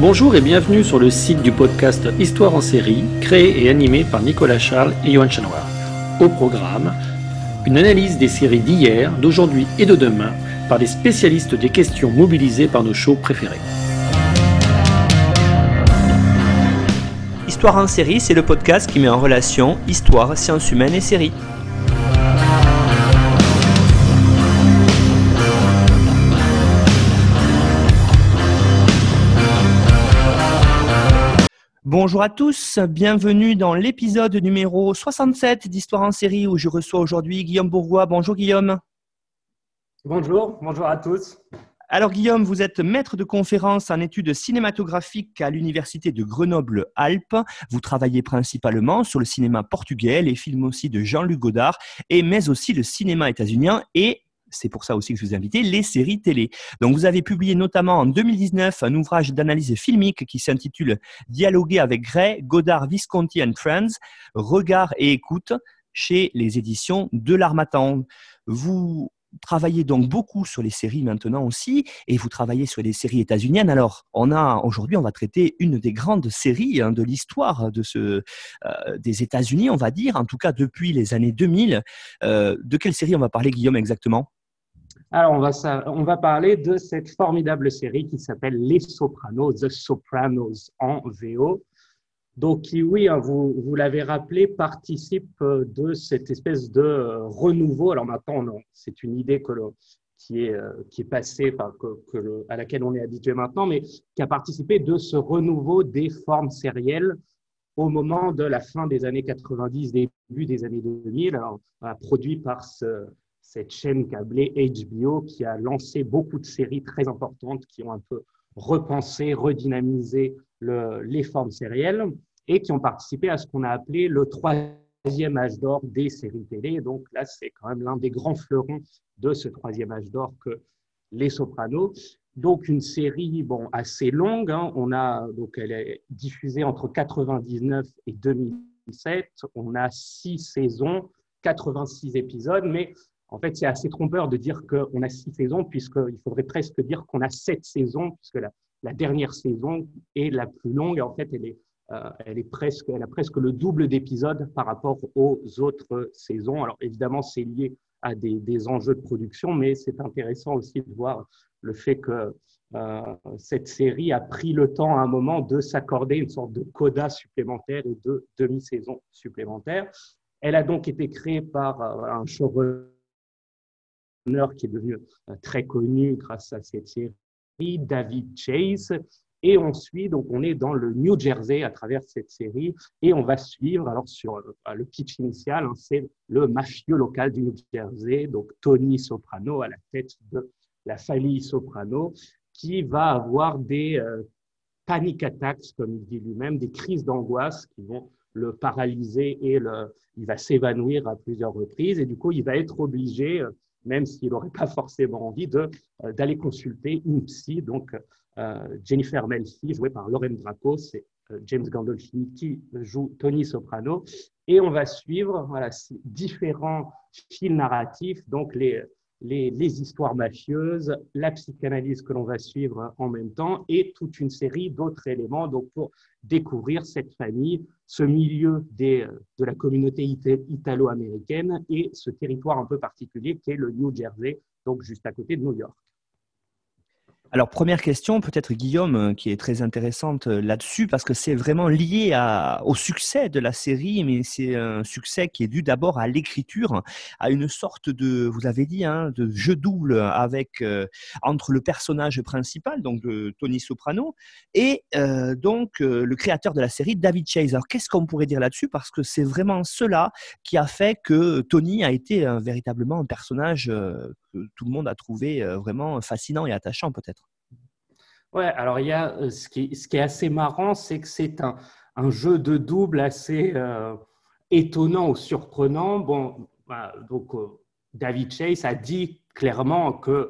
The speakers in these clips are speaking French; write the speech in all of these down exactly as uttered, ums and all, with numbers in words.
Bonjour et bienvenue sur le site du podcast Histoire en série, créé et animé par Nicolas Charles et Johan Chanoir. Au programme, une analyse des séries d'hier, d'aujourd'hui et de demain par des spécialistes des questions mobilisées par nos shows préférés. Histoire en série, c'est le podcast qui met en relation histoire, sciences humaines et séries. Bonjour à tous, bienvenue dans l'épisode numéro soixante-sept d'Histoire en série où je reçois aujourd'hui Guillaume Bourgois. Bonjour Guillaume. Bonjour, bonjour à tous. Alors Guillaume, vous êtes maître de conférence en études cinématographiques à l'université de Grenoble-Alpes. Vous travaillez principalement sur le cinéma portugais, les films aussi de Jean-Luc Godard, et mais aussi le cinéma états-unien et c'est pour ça aussi que je vous ai invité, les séries télé. Donc, vous avez publié notamment en deux mille dix-neuf un ouvrage d'analyse filmique qui s'intitule « Dialoguer avec Gray, Godard, Visconti and Friends, regard et écoute » chez les éditions de l'Harmattan. Vous travaillez donc beaucoup sur les séries maintenant aussi et vous travaillez sur les séries états-uniennes. Alors, on a aujourd'hui, on va traiter une des grandes séries hein, de l'histoire de ce, euh, des États-Unis, on va dire, en tout cas depuis les années deux mille. Euh, de quelle série on va parler, Guillaume, exactement ? Alors, on va, on va parler de cette formidable série qui s'appelle Les Sopranos, The Sopranos en V O. Donc, qui, oui, vous, vous l'avez rappelé, participe de cette espèce de renouveau. Alors maintenant, non, c'est une idée que le, qui, est, qui est passée, enfin, que, que le, à laquelle on est habitué maintenant, mais qui a participé de ce renouveau des formes sérielles au moment de la fin des années quatre-vingt-dix, début des années deux mille, alors, produit par ce cette chaîne câblée H B O qui a lancé beaucoup de séries très importantes qui ont un peu repensé, redynamisé le, les formes sérielles et qui ont participé à ce qu'on a appelé le troisième âge d'or des séries télé. Donc là, c'est quand même l'un des grands fleurons de ce troisième âge d'or que Les Sopranos. Donc une série bon, assez longue. Hein. On a, donc, elle est diffusée entre quatre-vingt-dix-neuf et deux mille sept. On a six saisons, quatre-vingt-six épisodes, mais en fait, c'est assez trompeur de dire qu'on a six saisons, puisqu'il faudrait presque dire qu'on a sept saisons, puisque la, la dernière saison est la plus longue. En fait, elle, est, euh, elle, est presque, elle a presque le double d'épisodes par rapport aux autres saisons. Alors, évidemment, c'est lié à des, des enjeux de production, mais c'est intéressant aussi de voir le fait que euh, cette série a pris le temps à un moment de s'accorder une sorte de coda supplémentaire et de demi-saison supplémentaire. Elle a donc été créée par euh, un showrunner qui est devenu très connu grâce à cette série, David Chase. Et on suit, donc on est dans le New Jersey à travers cette série et on va suivre, alors sur le pitch initial, hein, c'est le mafieux local du New Jersey, donc Tony Soprano à la tête de la famille Soprano, qui va avoir des euh, panic attacks, comme il dit lui-même, des crises d'angoisse qui vont le paralyser et le, il va s'évanouir à plusieurs reprises et du coup, il va être obligé, euh, même s'il n'aurait pas forcément envie, de, euh, d'aller consulter une psy. Donc, euh, Jennifer Melfi, jouée par Lauren Draco, c'est euh, James Gandolfini qui joue Tony Soprano. Et on va suivre voilà, différents fils narratifs, donc les, les, les histoires mafieuses, la psychanalyse que l'on va suivre en même temps et toute une série d'autres éléments donc pour découvrir cette famille, ce milieu des, de la communauté italo-américaine et ce territoire un peu particulier qui est le New Jersey, donc juste à côté de New York. Alors, première question, peut-être Guillaume, qui est très intéressante là-dessus, parce que c'est vraiment lié à, au succès de la série, mais c'est un succès qui est dû d'abord à l'écriture, à une sorte de, vous l'avez dit, hein, de jeu double avec, euh, entre le personnage principal, donc de Tony Soprano, et euh, donc euh, le créateur de la série, David Chase. Alors, qu'est-ce qu'on pourrait dire là-dessus ? Parce que c'est vraiment cela qui a fait que Tony a été euh, véritablement un personnage euh, que tout le monde a trouvé euh, vraiment fascinant et attachant, peut-être. Ouais, alors il y a ce qui, ce qui est assez marrant, c'est que c'est un, un jeu de double assez euh, étonnant ou surprenant. Bon, bah, donc euh, David Chase a dit clairement que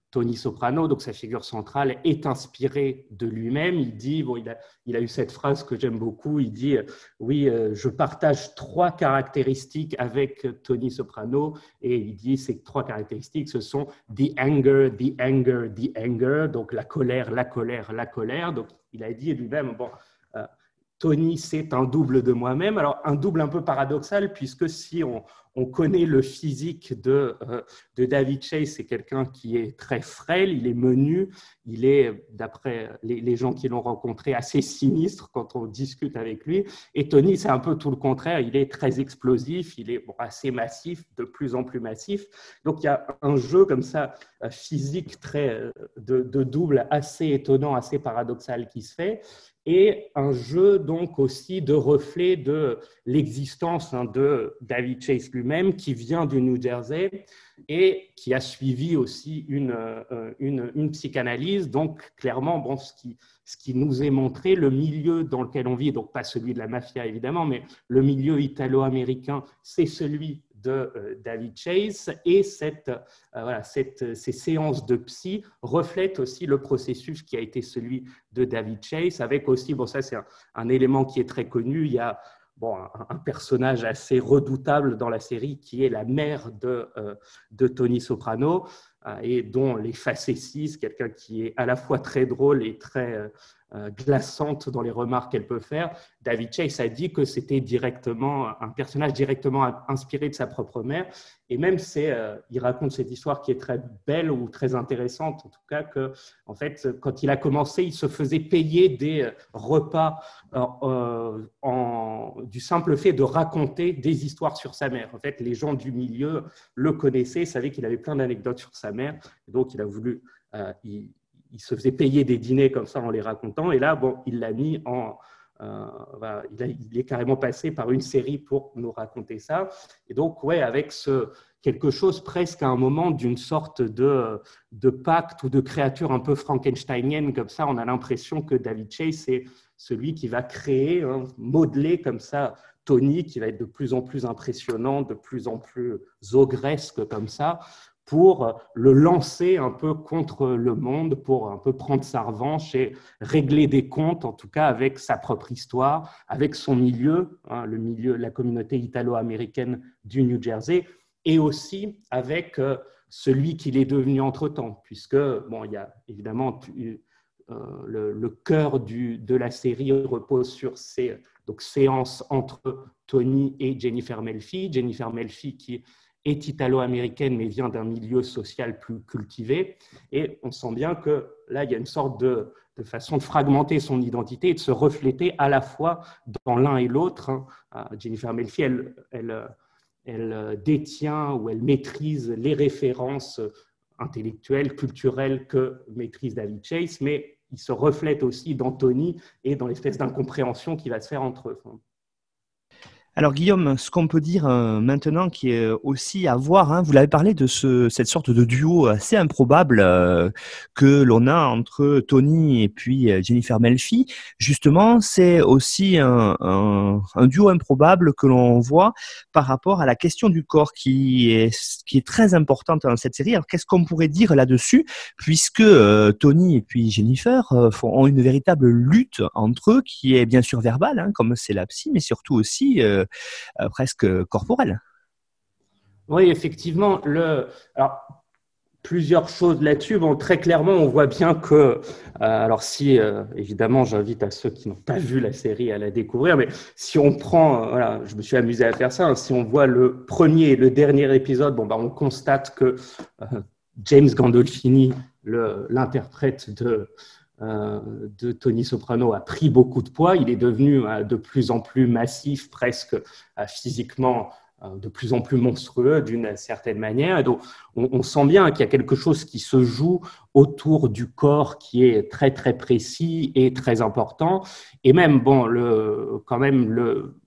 Tony Soprano, donc sa figure centrale, est inspiré de lui-même. Il dit, bon, il a, il a eu cette phrase que j'aime beaucoup, il dit « Oui, euh, je partage trois caractéristiques avec Tony Soprano », et il dit ces trois caractéristiques, ce sont « the anger, the anger, the anger », donc la colère, la colère, la colère. Donc il a dit lui-même, bon, euh, Tony, c'est un double de moi-même. Alors, un double un peu paradoxal, puisque si on, on connaît le physique de, euh, de David Chase, c'est quelqu'un qui est très frêle, il est menu, il est, d'après les, les gens qui l'ont rencontré, assez sinistre quand on discute avec lui. Et Tony, c'est un peu tout le contraire, il est très explosif, il est bon, assez massif, de plus en plus massif. Donc, il y a un jeu comme ça, physique, très, de, de double, assez étonnant, assez paradoxal qui se fait. Et un jeu donc aussi de reflet de l'existence hein, de David Chase lui-même, qui vient du New Jersey et qui a suivi aussi une, une, une psychanalyse. Donc clairement, bon, ce, qui, ce qui nous est montré, le milieu dans lequel on vit, donc pas celui de la mafia évidemment, mais le milieu italo-américain, c'est celui de euh, David Chase, et cette, euh, voilà, cette, ces séances de psy reflètent aussi le processus qui a été celui de David Chase, avec aussi, bon ça c'est un, un élément qui est très connu, il y a bon, un, un personnage assez redoutable dans la série qui est la mère de, euh, de Tony Soprano, euh, et dont les facéties, quelqu'un qui est à la fois très drôle et très euh, glaçante dans les remarques qu'elle peut faire. David Chase a dit que c'était directement un personnage directement inspiré de sa propre mère, et même c'est, euh, il raconte cette histoire qui est très belle ou très intéressante, en tout cas que, en fait, quand il a commencé, il se faisait payer des repas euh, en, du simple fait de raconter des histoires sur sa mère. En fait, les gens du milieu le connaissaient, savaient qu'il avait plein d'anecdotes sur sa mère, et donc il a voulu, euh, il, il se faisait payer des dîners comme ça en les racontant. Et là, bon, il l'a mis en... Euh, voilà, il, a, il est carrément passé par une série pour nous raconter ça. Et donc, ouais, avec ce, quelque chose presque à un moment d'une sorte de, de pacte ou de créature un peu frankensteinienne comme ça, on a l'impression que David Chase, c'est celui qui va créer, hein, modeler comme ça Tony, qui va être de plus en plus impressionnant, de plus en plus ogresque comme ça, pour le lancer un peu contre le monde, pour un peu prendre sa revanche et régler des comptes, en tout cas avec sa propre histoire, avec son milieu, hein, le milieu, la communauté italo-américaine du New Jersey, et aussi avec euh, celui qu'il est devenu entre-temps, puisque, bon, il y a évidemment euh, le, le cœur du, de la série repose sur ces donc, séances entre Tony et Jennifer Melfi. Jennifer Melfi qui est italo-américaine, mais vient d'un milieu social plus cultivé. Et on sent bien que là, il y a une sorte de, de façon de fragmenter son identité et de se refléter à la fois dans l'un et l'autre. Jennifer Melfi, elle, elle, elle détient ou elle maîtrise les références intellectuelles, culturelles que maîtrise David Chase, mais il se reflète aussi dans Tony et dans l'espèce d'incompréhension qui va se faire entre eux. Alors Guillaume, ce qu'on peut dire euh, maintenant qui est aussi à voir, hein, vous l'avez parlé de ce, cette sorte de duo assez improbable euh, que l'on a entre Tony et puis euh, Jennifer Melfi. Justement, c'est aussi un, un, un duo improbable que l'on voit par rapport à la question du corps qui est, qui est très importante dans cette série. Alors qu'est-ce qu'on pourrait dire là-dessus, puisque euh, Tony et puis Jennifer euh, font, ont une véritable lutte entre eux qui est bien sûr verbale, hein, comme c'est la psy, mais surtout aussi euh, Euh, presque corporelle. Oui, effectivement. Le... Alors, plusieurs choses là-dessus. Bon, très clairement, on voit bien que, euh, alors si, euh, évidemment, j'invite à ceux qui n'ont pas vu la série à la découvrir, mais si on prend, euh, voilà, je me suis amusé à faire ça, hein, si on voit le premier et le dernier épisode, bon, bah, on constate que euh, James Gandolfini, le, l'interprète de, euh, de Tony Soprano, a pris beaucoup de poids. Il est devenu euh, de plus en plus massif, presque euh, physiquement de plus en plus monstrueux d'une certaine manière. Et donc, on, on sent bien qu'il y a quelque chose qui se joue autour du corps qui est très, très précis et très important. Et même, bon, le, quand même, le,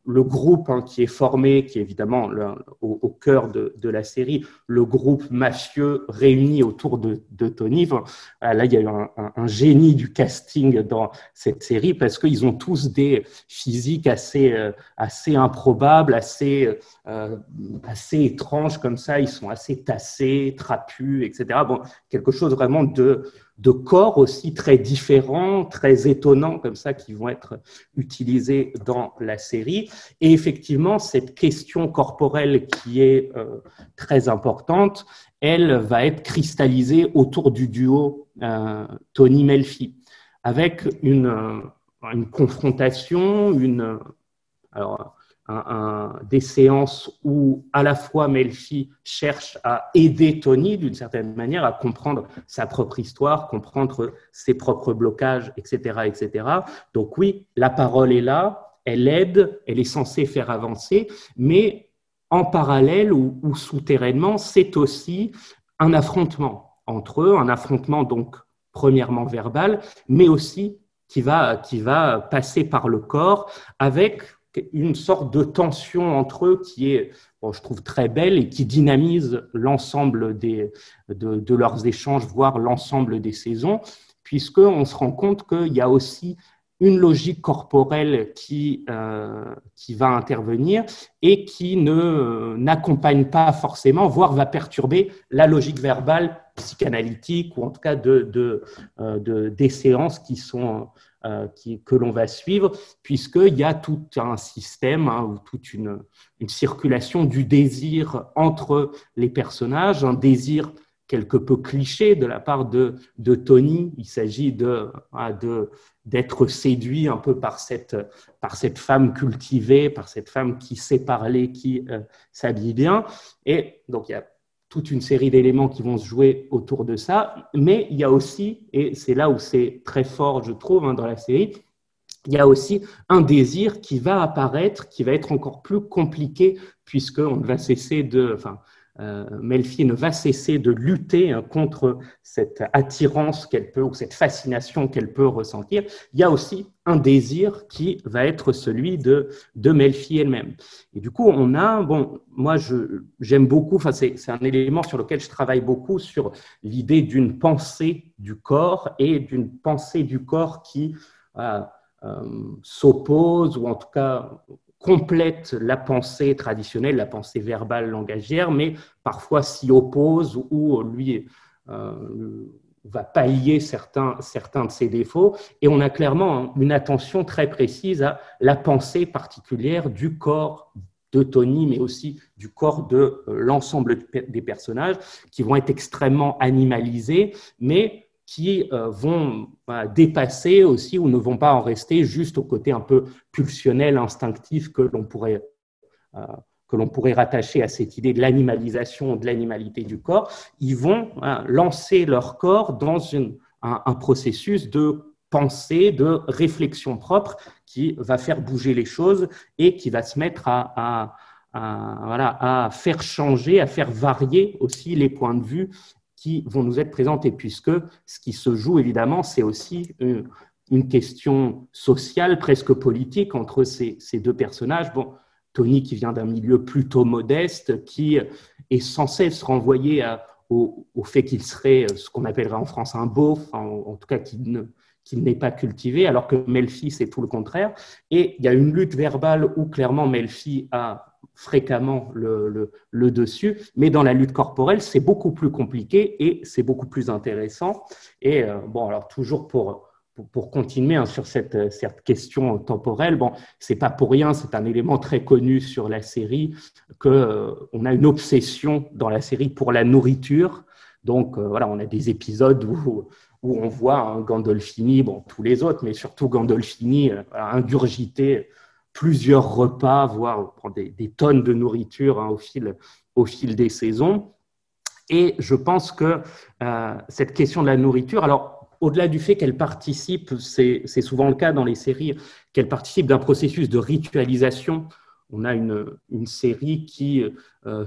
le groupe hein, qui est formé, qui est évidemment le, au, au cœur de, de la série, le groupe mafieux réuni autour de, de Tony. Enfin, là, il y a eu un, un, un génie du casting dans cette série parce qu'ils ont tous des physiques assez, euh, assez improbables, assez, euh, assez étranges comme ça. Ils sont assez tassés, trapus, et cetera. Bon, quelque chose vraiment de, de corps aussi très différents, très étonnants comme ça, qui vont être utilisés dans la série. Et effectivement, cette question corporelle qui est euh, très importante, elle va être cristallisée autour du duo euh, Tony-Melfi, avec une, euh, une confrontation, une, alors, un, un, des séances où à la fois Melfi cherche à aider Tony d'une certaine manière à comprendre sa propre histoire, comprendre ses propres blocages, et cetera, et cetera. Donc oui, la parole est là, elle aide, elle est censée faire avancer, mais en parallèle ou, ou souterrainement, c'est aussi un affrontement entre eux, un affrontement donc premièrement verbal, mais aussi qui va, qui va passer par le corps avec une sorte de tension entre eux qui est, bon, je trouve, très belle et qui dynamise l'ensemble des, de, de leurs échanges, voire l'ensemble des saisons, puisqu'on se rend compte qu'il y a aussi une logique corporelle qui, euh, qui va intervenir et qui ne, n'accompagne pas forcément, voire va perturber la logique verbale psychanalytique ou en tout cas de, de, de, des séances qui sont, euh, qui, que l'on va suivre, puisqu'il y a tout un système hein, ou toute une, une circulation du désir entre les personnages, un désir quelque peu cliché de la part de, de Tony. Il s'agit de, de, d'être séduit un peu par cette, par cette femme cultivée, par cette femme qui sait parler, qui euh, s'habille bien. Et donc, il y a toute une série d'éléments qui vont se jouer autour de ça. Mais il y a aussi, et c'est là où c'est très fort, je trouve, hein, dans la série, il y a aussi un désir qui va apparaître, qui va être encore plus compliqué, puisqu'on ne va cesser de... Enfin, Euh, Melfi ne va cesser de lutter hein, contre cette attirance qu'elle peut ou cette fascination qu'elle peut ressentir. Il y a aussi un désir qui va être celui de, de Melfi elle-même. Et du coup, on a, bon, moi je, j'aime beaucoup, enfin, c'est, c'est un élément sur lequel je travaille beaucoup, sur l'idée d'une pensée du corps et d'une pensée du corps qui euh, euh, s'oppose ou en tout cas complète la pensée traditionnelle, la pensée verbale langagière, mais parfois s'y oppose ou lui euh, va pallier certains, certains de ses défauts. Et on a clairement une attention très précise à la pensée particulière du corps de Tony, mais aussi du corps de l'ensemble des personnages qui vont être extrêmement animalisés, mais qui euh, vont bah, dépasser aussi ou ne vont pas en rester juste au côté un peu pulsionnel, instinctif que l'on pourrait, euh, que l'on pourrait rattacher à cette idée de l'animalisation, de l'animalité du corps. Ils vont hein, lancer leur corps dans une, un, un processus de pensée, de réflexion propre qui va faire bouger les choses et qui va se mettre à, à, à, voilà, à faire changer, à faire varier aussi les points de vue qui vont nous être présentés, puisque ce qui se joue, évidemment, c'est aussi une, une question sociale, presque politique, entre ces, ces deux personnages. Bon, Tony, qui vient d'un milieu plutôt modeste, qui est sans cesse renvoyé à, au, au fait qu'il serait ce qu'on appellerait en France un beauf, en, en tout cas qu'il ne, qu'il n'est pas cultivé, alors que Melfi, c'est tout le contraire. Et il y a une lutte verbale où, clairement, Melfi a fréquemment le, le, le dessus, mais dans la lutte corporelle, c'est beaucoup plus compliqué et c'est beaucoup plus intéressant. Et euh, bon, alors toujours pour, pour, pour continuer hein, sur cette, cette question temporelle, bon, c'est pas pour rien, c'est un élément très connu sur la série, qu'on euh, a une obsession dans la série pour la nourriture. Donc euh, voilà, on a des épisodes où, où on voit hein, Gandolfini, bon, tous les autres, mais surtout Gandolfini euh, ingurgiter plusieurs repas, voire des, des tonnes de nourriture hein, au, fil, au fil des saisons. Et je pense que euh, cette question de la nourriture, alors au-delà du fait qu'elle participe, c'est, c'est souvent le cas dans les séries, qu'elle participe d'un processus de ritualisation. On a une, une série qui euh,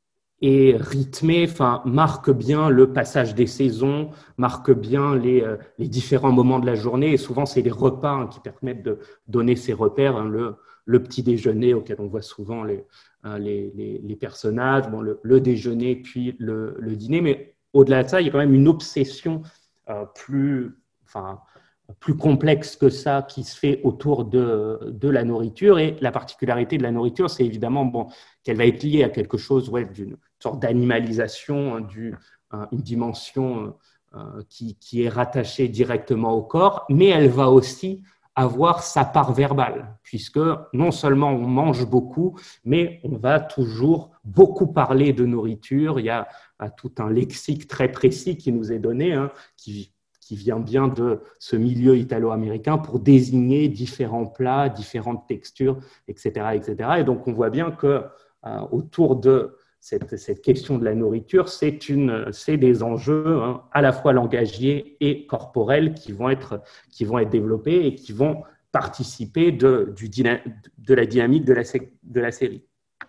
est rythmée, enfin, marque bien le passage des saisons, marque bien les, euh, les différents moments de la journée. Et souvent, c'est les repas hein, qui permettent de donner ces repères. Hein, le, le petit déjeuner auquel on voit souvent les, les, les, les personnages, bon, le, le déjeuner puis le, le dîner. Mais au-delà de ça, il y a quand même une obsession euh, plus, enfin, plus complexe que ça qui se fait autour de, de la nourriture. Et la particularité de la nourriture, c'est évidemment bon, qu'elle va être liée à quelque chose ouais, d'une sorte d'animalisation, hein, du, hein, une dimension euh, qui, qui est rattachée directement au corps, mais elle va aussi avoir sa part verbale, puisque non seulement on mange beaucoup, mais on va toujours beaucoup parler de nourriture. Il y a tout un lexique très précis qui nous est donné, hein, qui qui vient bien de ce milieu italo-américain pour désigner différents plats, différentes textures, et cetera, et cetera. Et donc, on voit bien que euh, autour de cette, cette question de la nourriture, c'est une, c'est des enjeux hein, à la fois langagiers et corporels qui vont être, qui vont être développés et qui vont participer de, du, de la dynamique de la, de la série.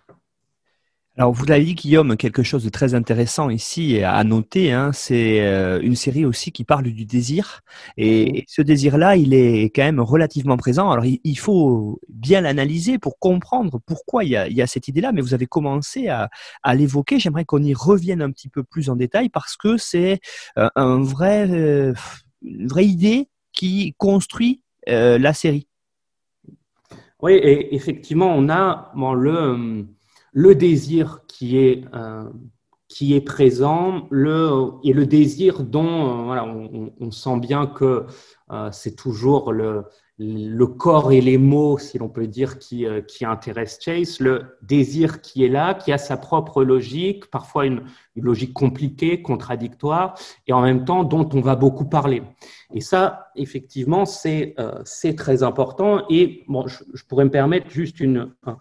Alors, vous l'avez dit, Guillaume, quelque chose de très intéressant ici à noter, hein, c'est une série aussi qui parle du désir. Et, et ce désir-là, il est quand même relativement présent. Alors, il, il faut bien l'analyser pour comprendre pourquoi il y a, il y a cette idée-là. Mais vous avez commencé à, à l'évoquer. J'aimerais qu'on y revienne un petit peu plus en détail parce que c'est un vrai, euh, une vraie idée qui construit euh, la série. Oui, et effectivement, on a bon, le... le désir qui est, euh, qui est présent le, et le désir dont euh, voilà, on, on sent bien que euh, c'est toujours le, le corps et les mots, si l'on peut dire, qui, euh, qui intéressent Chase, le désir qui est là, qui a sa propre logique, parfois une, une logique compliquée, contradictoire, et en même temps dont on va beaucoup parler. Et ça, effectivement, c'est, euh, c'est très important. Et bon, je, je pourrais me permettre juste une... Un,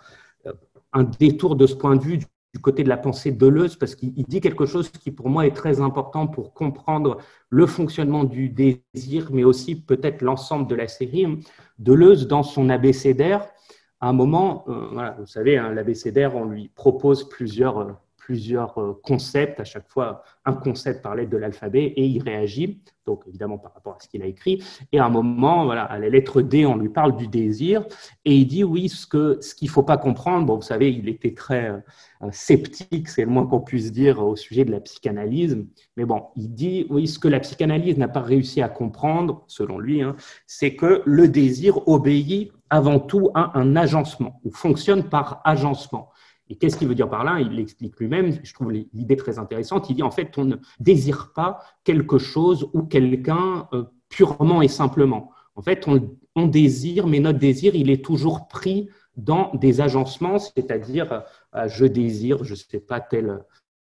un détour de ce point de vue du côté de la pensée de Deleuze, parce qu'il dit quelque chose qui pour moi est très important pour comprendre le fonctionnement du désir, mais aussi peut-être l'ensemble de la série. Deleuze, dans son abécédaire, à un moment, euh, voilà, vous savez, hein, l'abécédaire, on lui propose plusieurs, euh, plusieurs concepts, à chaque fois un concept par lettre de l'alphabet, et il réagit, donc évidemment par rapport à ce qu'il a écrit. Et à un moment, voilà, à la lettre D, on lui parle du désir, et il dit oui, ce que ce qu'il ne faut pas comprendre, bon, vous savez, il était très euh, sceptique, c'est le moins qu'on puisse dire au sujet de la psychanalyse, mais bon, il dit oui, ce que la psychanalyse n'a pas réussi à comprendre, selon lui, hein, c'est que le désir obéit avant tout à un agencement, ou fonctionne par agencement. Et qu'est-ce qu'il veut dire par là? Il l'explique lui-même, je trouve l'idée très intéressante. Il dit en fait, on ne désire pas quelque chose ou quelqu'un euh, purement et simplement. En fait, on, on désire, mais notre désir, il est toujours pris dans des agencements, c'est-à-dire euh, je désire, je ne sais pas, tel,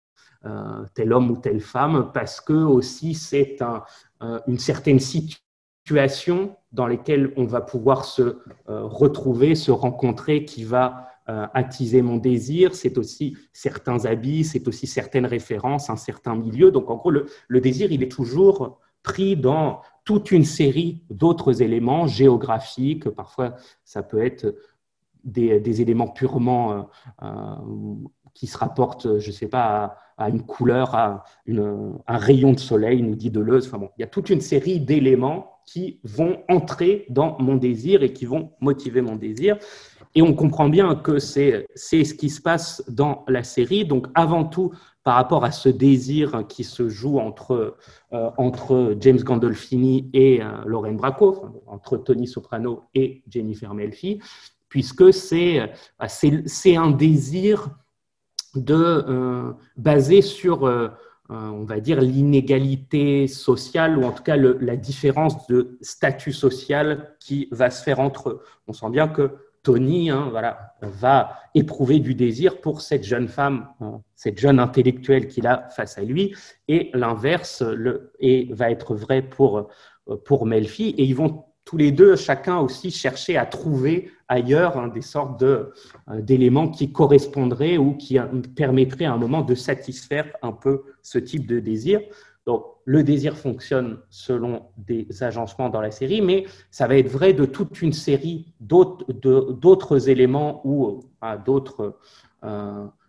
euh, tel homme ou telle femme, parce que aussi c'est un, euh, une certaine situation dans laquelle on va pouvoir se euh, retrouver, se rencontrer, qui va Euh, attiser mon désir, c'est aussi certains habits, c'est aussi certaines références, un certain milieu. Donc, en gros, le, le désir, il est toujours pris dans toute une série d'autres éléments géographiques. Parfois, ça peut être des, des éléments purement euh, euh, qui se rapportent, je ne sais pas, à, à une couleur, à une, un rayon de soleil, nous dit Deleuze. Enfin bon, il y a toute une série d'éléments qui vont entrer dans mon désir et qui vont motiver mon désir. Et on comprend bien que c'est, c'est ce qui se passe dans la série. Donc, avant tout, par rapport à ce désir qui se joue entre, euh, entre James Gandolfini et euh, Lorraine Bracco, enfin, entre Tony Soprano et Jennifer Melfi, puisque c'est, c'est, c'est un désir de, euh, basé sur, euh, on va dire, l'inégalité sociale, ou en tout cas le, la différence de statut social qui va se faire entre eux. On sent bien que Tony hein, voilà, va éprouver du désir pour cette jeune femme, hein, cette jeune intellectuelle qu'il a face à lui, et l'inverse le, et va être vrai pour, pour Melfi. Et ils vont tous les deux, chacun aussi, chercher à trouver ailleurs hein, des sortes de, euh, d'éléments qui correspondraient ou qui permettraient à un moment de satisfaire un peu ce type de désir. Donc, le désir fonctionne selon des agencements dans la série, mais ça va être vrai de toute une série d'autres, de, d'autres éléments ou euh, d'autres, euh,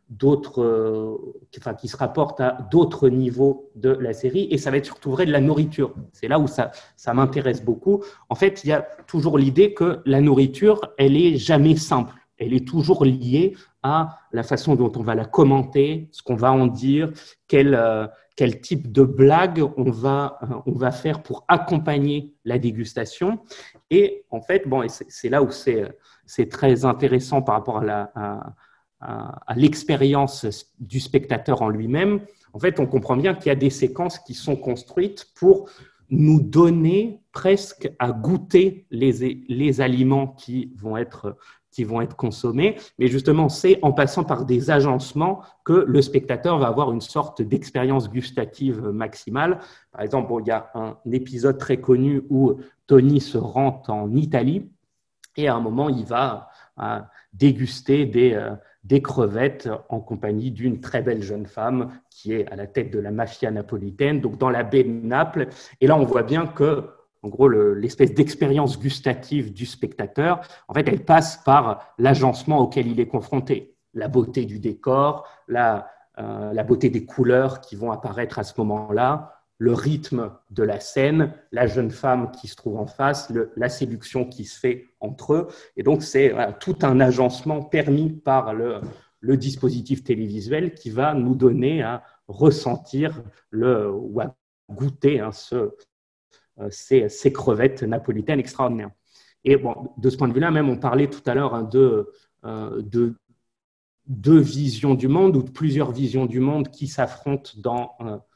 d'autres, euh, enfin, qui se rapportent à d'autres niveaux de la série, et ça va être surtout vrai de la nourriture. C'est là où ça, ça m'intéresse beaucoup. En fait, il y a toujours l'idée que la nourriture, elle est jamais simple. Elle est toujours liée à la façon dont on va la commenter, ce qu'on va en dire, quel, euh, quel type de blague on va, euh, on va faire pour accompagner la dégustation. Et en fait, bon, et c'est, c'est là où c'est, c'est très intéressant par rapport à la, à, à, à l'expérience du spectateur en lui-même. En fait, on comprend bien qu'il y a des séquences qui sont construites pour nous donner presque à goûter les, les aliments qui vont être qui vont être consommés, mais justement, c'est en passant par des agencements que le spectateur va avoir une sorte d'expérience gustative maximale. Par exemple, bon, il y a un épisode très connu où Tony se rend en Italie et à un moment, il va euh, déguster des, euh, des crevettes en compagnie d'une très belle jeune femme qui est à la tête de la mafia napolitaine, donc dans la baie de Naples. Et là, on voit bien que en gros, le, l'espèce d'expérience gustative du spectateur, en fait, elle passe par l'agencement auquel il est confronté. La beauté du décor, la, euh, la beauté des couleurs qui vont apparaître à ce moment-là, le rythme de la scène, la jeune femme qui se trouve en face, le, la séduction qui se fait entre eux. Et donc, c'est voilà, tout un agencement permis par le, le dispositif télévisuel qui va nous donner à ressentir le, ou à goûter hein, ce Ces, ces crevettes napolitaines extraordinaires. Et bon, de ce point de vue-là, même on parlait tout à l'heure hein, de, euh, de deux visions du monde ou de plusieurs visions du monde qui s'affrontent dans,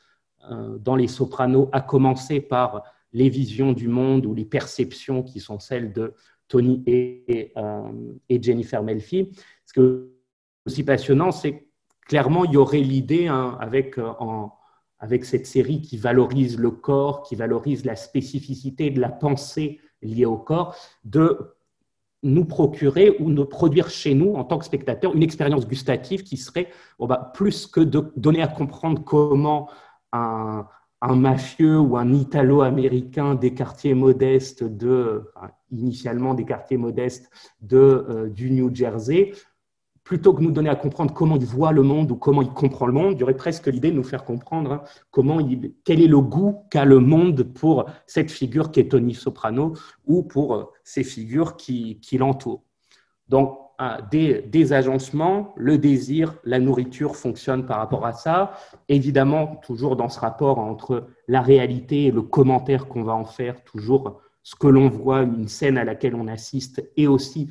euh, dans Les Sopranos, à commencer par les visions du monde ou les perceptions qui sont celles de Tony et, et, euh, et Jennifer Melfi. Ce qui est aussi passionnant, c'est que clairement, il y aurait l'idée hein, avec euh, en avec cette série qui valorise le corps, qui valorise la spécificité de la pensée liée au corps, de nous procurer ou de produire chez nous, en tant que spectateur, une expérience gustative qui serait bon bah, plus que de donner à comprendre comment un, un mafieux ou un italo-américain des quartiers modestes, de, enfin, initialement des quartiers modestes de, euh, du New Jersey, plutôt que nous donner à comprendre comment il voit le monde ou comment il comprend le monde, il y aurait presque l'idée de nous faire comprendre hein, comment il, quel est le goût qu'a le monde pour cette figure qui est Tony Soprano ou pour ces figures qui, qui l'entourent. Donc, hein, des, des agencements, le désir, la nourriture fonctionnent par rapport à ça. Évidemment, toujours dans ce rapport entre la réalité et le commentaire qu'on va en faire, toujours ce que l'on voit, une scène à laquelle on assiste et aussi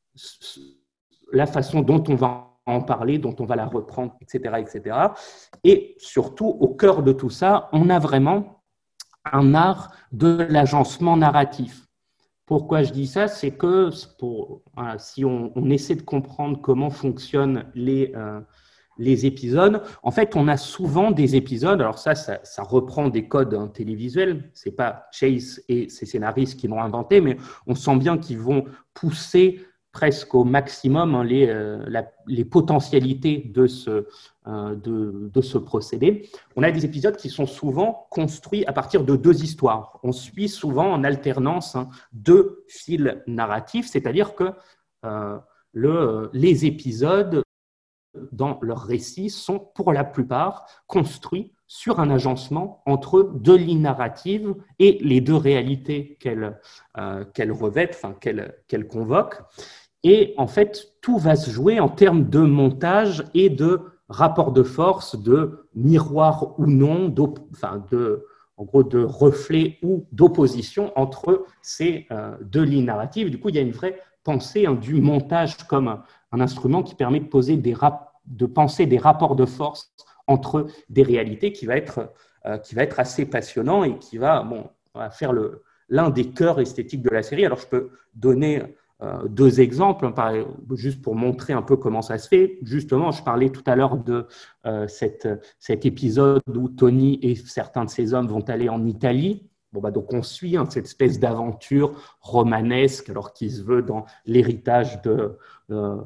la façon dont on va en parler, dont on va la reprendre, et cetera, et cetera. Et surtout, au cœur de tout ça, on a vraiment un art de l'agencement narratif. Pourquoi je dis ça? C'est que pour, voilà, si on, on essaie de comprendre comment fonctionnent les, euh, les épisodes, en fait, on a souvent des épisodes, alors ça, ça, ça reprend des codes hein, télévisuels, ce n'est pas Chase et ses scénaristes qui l'ont inventé, mais on sent bien qu'ils vont pousser presque au maximum hein, les, euh, la, les potentialités de ce, euh, de, de ce procédé. On a des épisodes qui sont souvent construits à partir de deux histoires. On suit souvent en alternance hein, deux fils narratifs, c'est-à-dire que euh, le, les épisodes, dans leur récit, sont pour la plupart construits sur un agencement entre deux lignes narratives et les deux réalités qu'elles euh, qu'elles revêtent, enfin, qu'elles qu'elles convoquent. Et en fait, tout va se jouer en termes de montage et de rapport de force, de miroir ou non, enfin de, en gros de reflet ou d'opposition entre ces euh, deux lignes narratives. Du coup, il y a une vraie pensée hein, du montage comme un, un instrument qui permet de, poser des rap- de penser des rapports de force entre des réalités qui va être, euh, qui va être assez passionnant et qui va, bon, va faire le, l'un des cœurs esthétiques de la série. Alors, je peux donner Euh, deux exemples, hein, juste pour montrer un peu comment ça se fait. Justement, je parlais tout à l'heure de euh, cette, cet épisode où Tony et certains de ses hommes vont aller en Italie. Bon, bah, donc, on suit hein, cette espèce d'aventure romanesque, alors qui se veut dans l'héritage de, euh,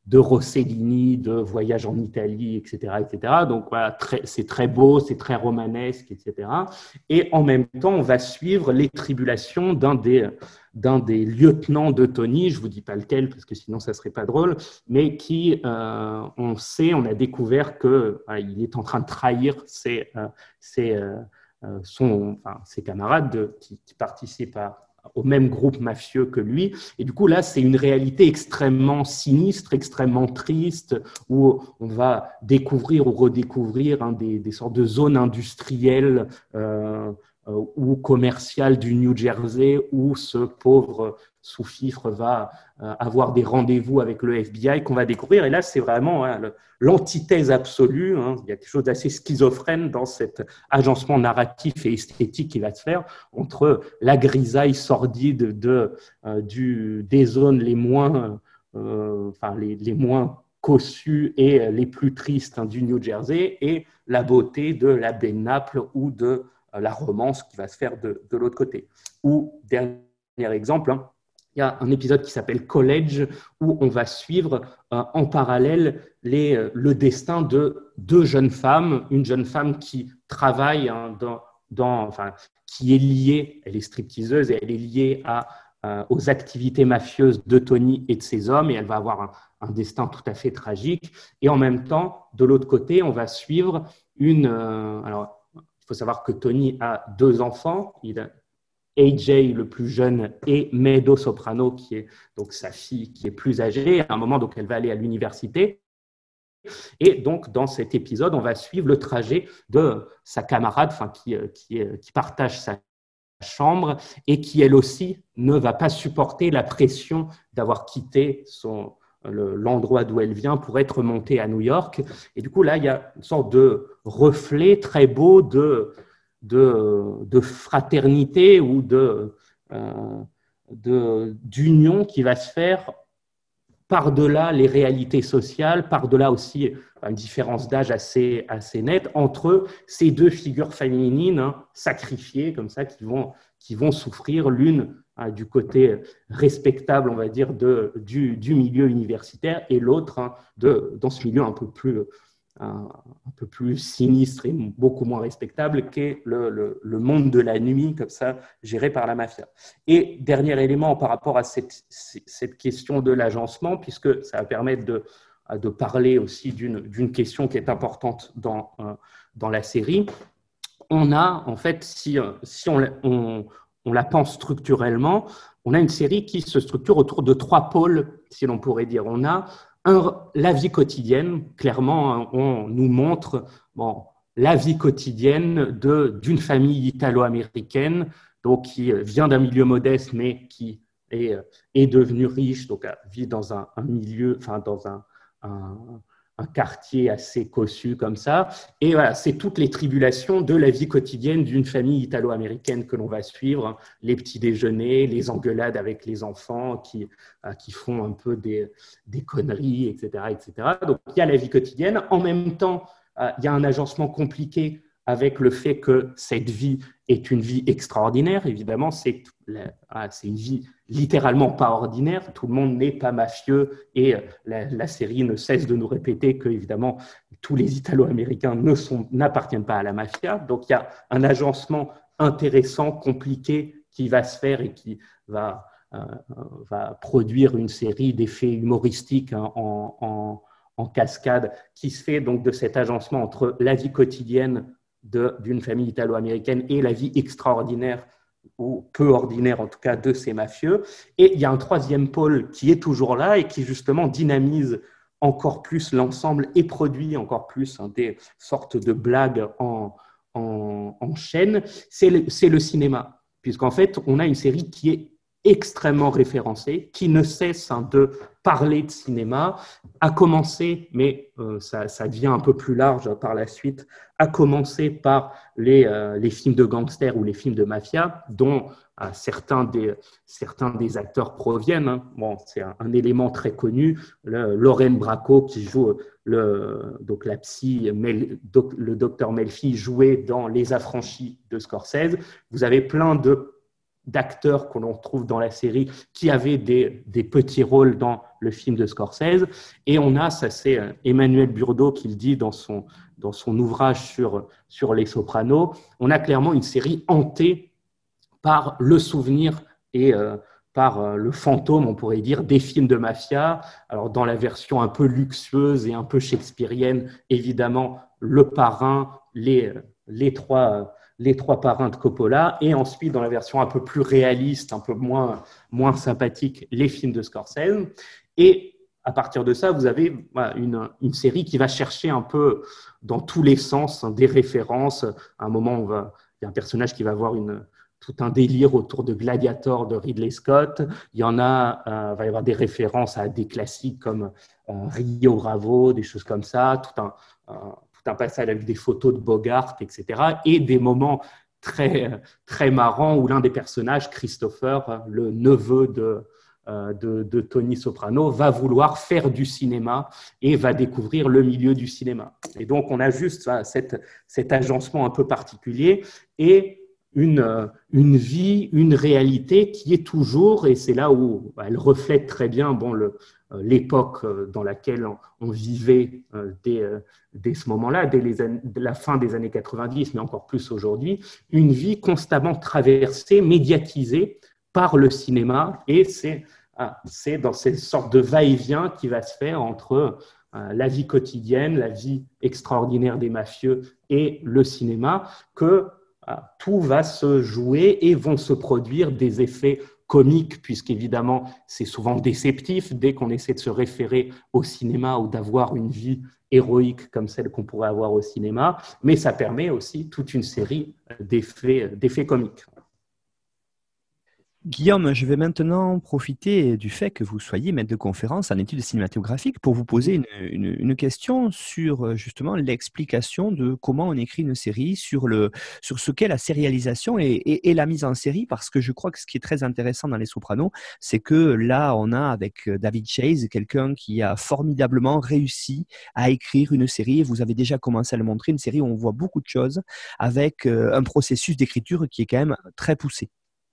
de Rossellini, de Voyage en Italie, et cetera, et cetera. Donc voilà, très, c'est très beau, c'est très romanesque, et cetera. Et en même temps, on va suivre les tribulations d'un des, d'un des lieutenants de Tony, je ne vous dis pas lequel parce que sinon ça ne serait pas drôle, mais qui, euh, on sait, on a découvert qu'il voilà, est en train de trahir ses, euh, ses, euh, son, enfin, ses camarades de, qui, qui participent à au même groupe mafieux que lui. Et du coup, là, c'est une réalité extrêmement sinistre, extrêmement triste, où on va découvrir ou redécouvrir hein, des, des sortes de zones industrielles euh, euh, ou commerciales du New Jersey, où ce pauvre sous-fifre va euh, avoir des rendez-vous avec le F B I qu'on va découvrir. Et là, c'est vraiment hein, le, l'antithèse absolue. Hein. Il y a quelque chose d'assez schizophrène dans cet agencement narratif et esthétique qui va se faire entre la grisaille sordide de, euh, du, des zones les moins, euh, enfin, les, les moins cossues et les plus tristes hein, du New Jersey et la beauté de la baie de Naples ou de euh, la romance qui va se faire de, de l'autre côté. Ou, dernier exemple, hein, il y a un épisode qui s'appelle College où on va suivre euh, en parallèle les, euh, le destin de deux jeunes femmes. Une jeune femme qui travaille hein, dans, dans, enfin, qui est liée, elle est stripteaseuse et elle est liée à, euh, aux activités mafieuses de Tony et de ses hommes et elle va avoir un, un destin tout à fait tragique. Et en même temps, de l'autre côté, on va suivre une… Euh, alors, il faut savoir que Tony a deux enfants. Il a, A J, le plus jeune, et Meadow Soprano, qui est donc sa fille, qui est plus âgée. À un moment, donc, elle va aller à l'université. Et donc, dans cet épisode, on va suivre le trajet de sa camarade, enfin, qui, qui, qui partage sa chambre et qui, elle aussi, ne va pas supporter la pression d'avoir quitté son, le, l'endroit d'où elle vient pour être montée à New York. Et du coup, là, il y a une sorte de reflet très beau de… De, de fraternité ou de, euh, de, d'union qui va se faire par-delà les réalités sociales, par-delà aussi une différence d'âge assez, assez nette entre ces deux figures féminines hein, sacrifiées comme ça qui vont, qui vont souffrir l'une hein, du côté respectable, on va dire, de, du, du milieu universitaire et l'autre hein, de, dans ce milieu un peu plus… Un, un peu plus sinistre et beaucoup moins respectable qu'est le, le, le monde de la nuit, comme ça, géré par la mafia. Et dernier élément par rapport à cette, cette question de l'agencement, puisque ça va permettre de, de parler aussi d'une, d'une question qui est importante dans, dans la série. On a, en fait, si, si on, on, on la pense structurellement, on a une série qui se structure autour de trois pôles, si l'on pourrait dire. On a Un, la vie quotidienne, clairement, on nous montre bon, la vie quotidienne de, d'une famille italo-américaine donc, qui vient d'un milieu modeste, mais qui est, est devenue riche, donc vit dans un, un milieu, enfin dans un, un, un quartier assez cossu comme ça. Et voilà, c'est toutes les tribulations de la vie quotidienne d'une famille italo-américaine que l'on va suivre, les petits déjeuners, les engueulades avec les enfants qui, qui font un peu des, des conneries, et cetera, et cetera. Donc, il y a la vie quotidienne. En même temps, il y a un agencement compliqué avec le fait que cette vie est une vie extraordinaire. Évidemment, c'est, c'est une vie littéralement pas ordinaire. Tout le monde n'est pas mafieux et la, la série ne cesse de nous répéter que, évidemment, tous les Italo-Américains ne sont, n'appartiennent pas à la mafia. Donc, il y a un agencement intéressant, compliqué qui va se faire et qui va, euh, va produire une série d'effets humoristiques hein, en, en, en cascade qui se fait donc de cet agencement entre la vie quotidienne de, d'une famille italo-américaine et la vie extraordinaire ou peu ordinaire en tout cas de ces mafieux. Et il y a un troisième pôle qui est toujours là et qui justement dynamise encore plus l'ensemble et produit encore plus hein, des sortes de blagues en, en, en chaîne, c'est le, c'est le cinéma. Puisqu'en fait, on a une série qui est extrêmement référencée, qui ne cesse hein, de parler de cinéma, à commencer, mais euh, ça, ça devient un peu plus large par la suite, à commencer par les, euh, les films de gangsters ou les films de mafia, dont euh, certains, des, certains des acteurs proviennent. Hein. Bon, c'est un, un élément très connu, le, Lorraine Bracco qui joue le, donc la psy, Mel, doc, le docteur Melfi joué dans Les Affranchis de Scorsese. Vous avez plein de d'acteurs que l'on retrouve dans la série qui avaient des, des petits rôles dans le film de Scorsese. Et on a, ça c'est Emmanuel Burdeau qui le dit dans son, dans son ouvrage sur, sur Les Sopranos, on a clairement une série hantée par le souvenir et euh, par euh, le fantôme, on pourrait dire, des films de mafia. Alors dans la version un peu luxueuse et un peu shakespearienne, évidemment, Le Parrain, les, les trois... les trois parrains de Coppola, et ensuite, dans la version un peu plus réaliste, un peu moins, moins sympathique, les films de Scorsese. Et à partir de ça, vous avez voilà, une, une série qui va chercher un peu dans tous les sens hein, des références. À un moment, on va, il y a un personnage qui va avoir une, tout un délire autour de Gladiator de Ridley Scott. Il y en a, euh, va y avoir des références à des classiques comme euh, Rio Bravo, des choses comme ça, tout un... un un passage avec des photos de Bogart, et cetera, et des moments très, très marrants où l'un des personnages, Christopher, le neveu de, de, de Tony Soprano, va vouloir faire du cinéma et va découvrir le milieu du cinéma. Et donc, on a juste cette, cet agencement un peu particulier et une, une vie, une réalité qui est toujours, et c'est là où elle reflète très bien bon, le, l'époque dans laquelle on vivait dès, dès ce moment-là, dès les années, la fin des années quatre-vingt-dix, mais encore plus aujourd'hui, une vie constamment traversée, médiatisée par le cinéma, et c'est, c'est dans cette sorte de va-et-vient qui va se faire entre la vie quotidienne, la vie extraordinaire des mafieux et le cinéma, que tout va se jouer et vont se produire des effets comique, puisqu'évidemment, c'est souvent déceptif dès qu'on essaie de se référer au cinéma ou d'avoir une vie héroïque comme celle qu'on pourrait avoir au cinéma, mais ça permet aussi toute une série d'effets, d'effets comiques. Guillaume, je vais maintenant profiter du fait que vous soyez maître de conférence en études cinématographiques pour vous poser une, une, une question sur justement l'explication de comment on écrit une série, sur, le, sur ce qu'est la sérialisation et, et, et la mise en série, parce que je crois que ce qui est très intéressant dans Les Sopranos, c'est que là, on a avec David Chase quelqu'un qui a formidablement réussi à écrire une série, et vous avez déjà commencé à le montrer, une série où on voit beaucoup de choses avec un processus d'écriture qui est quand même très poussé.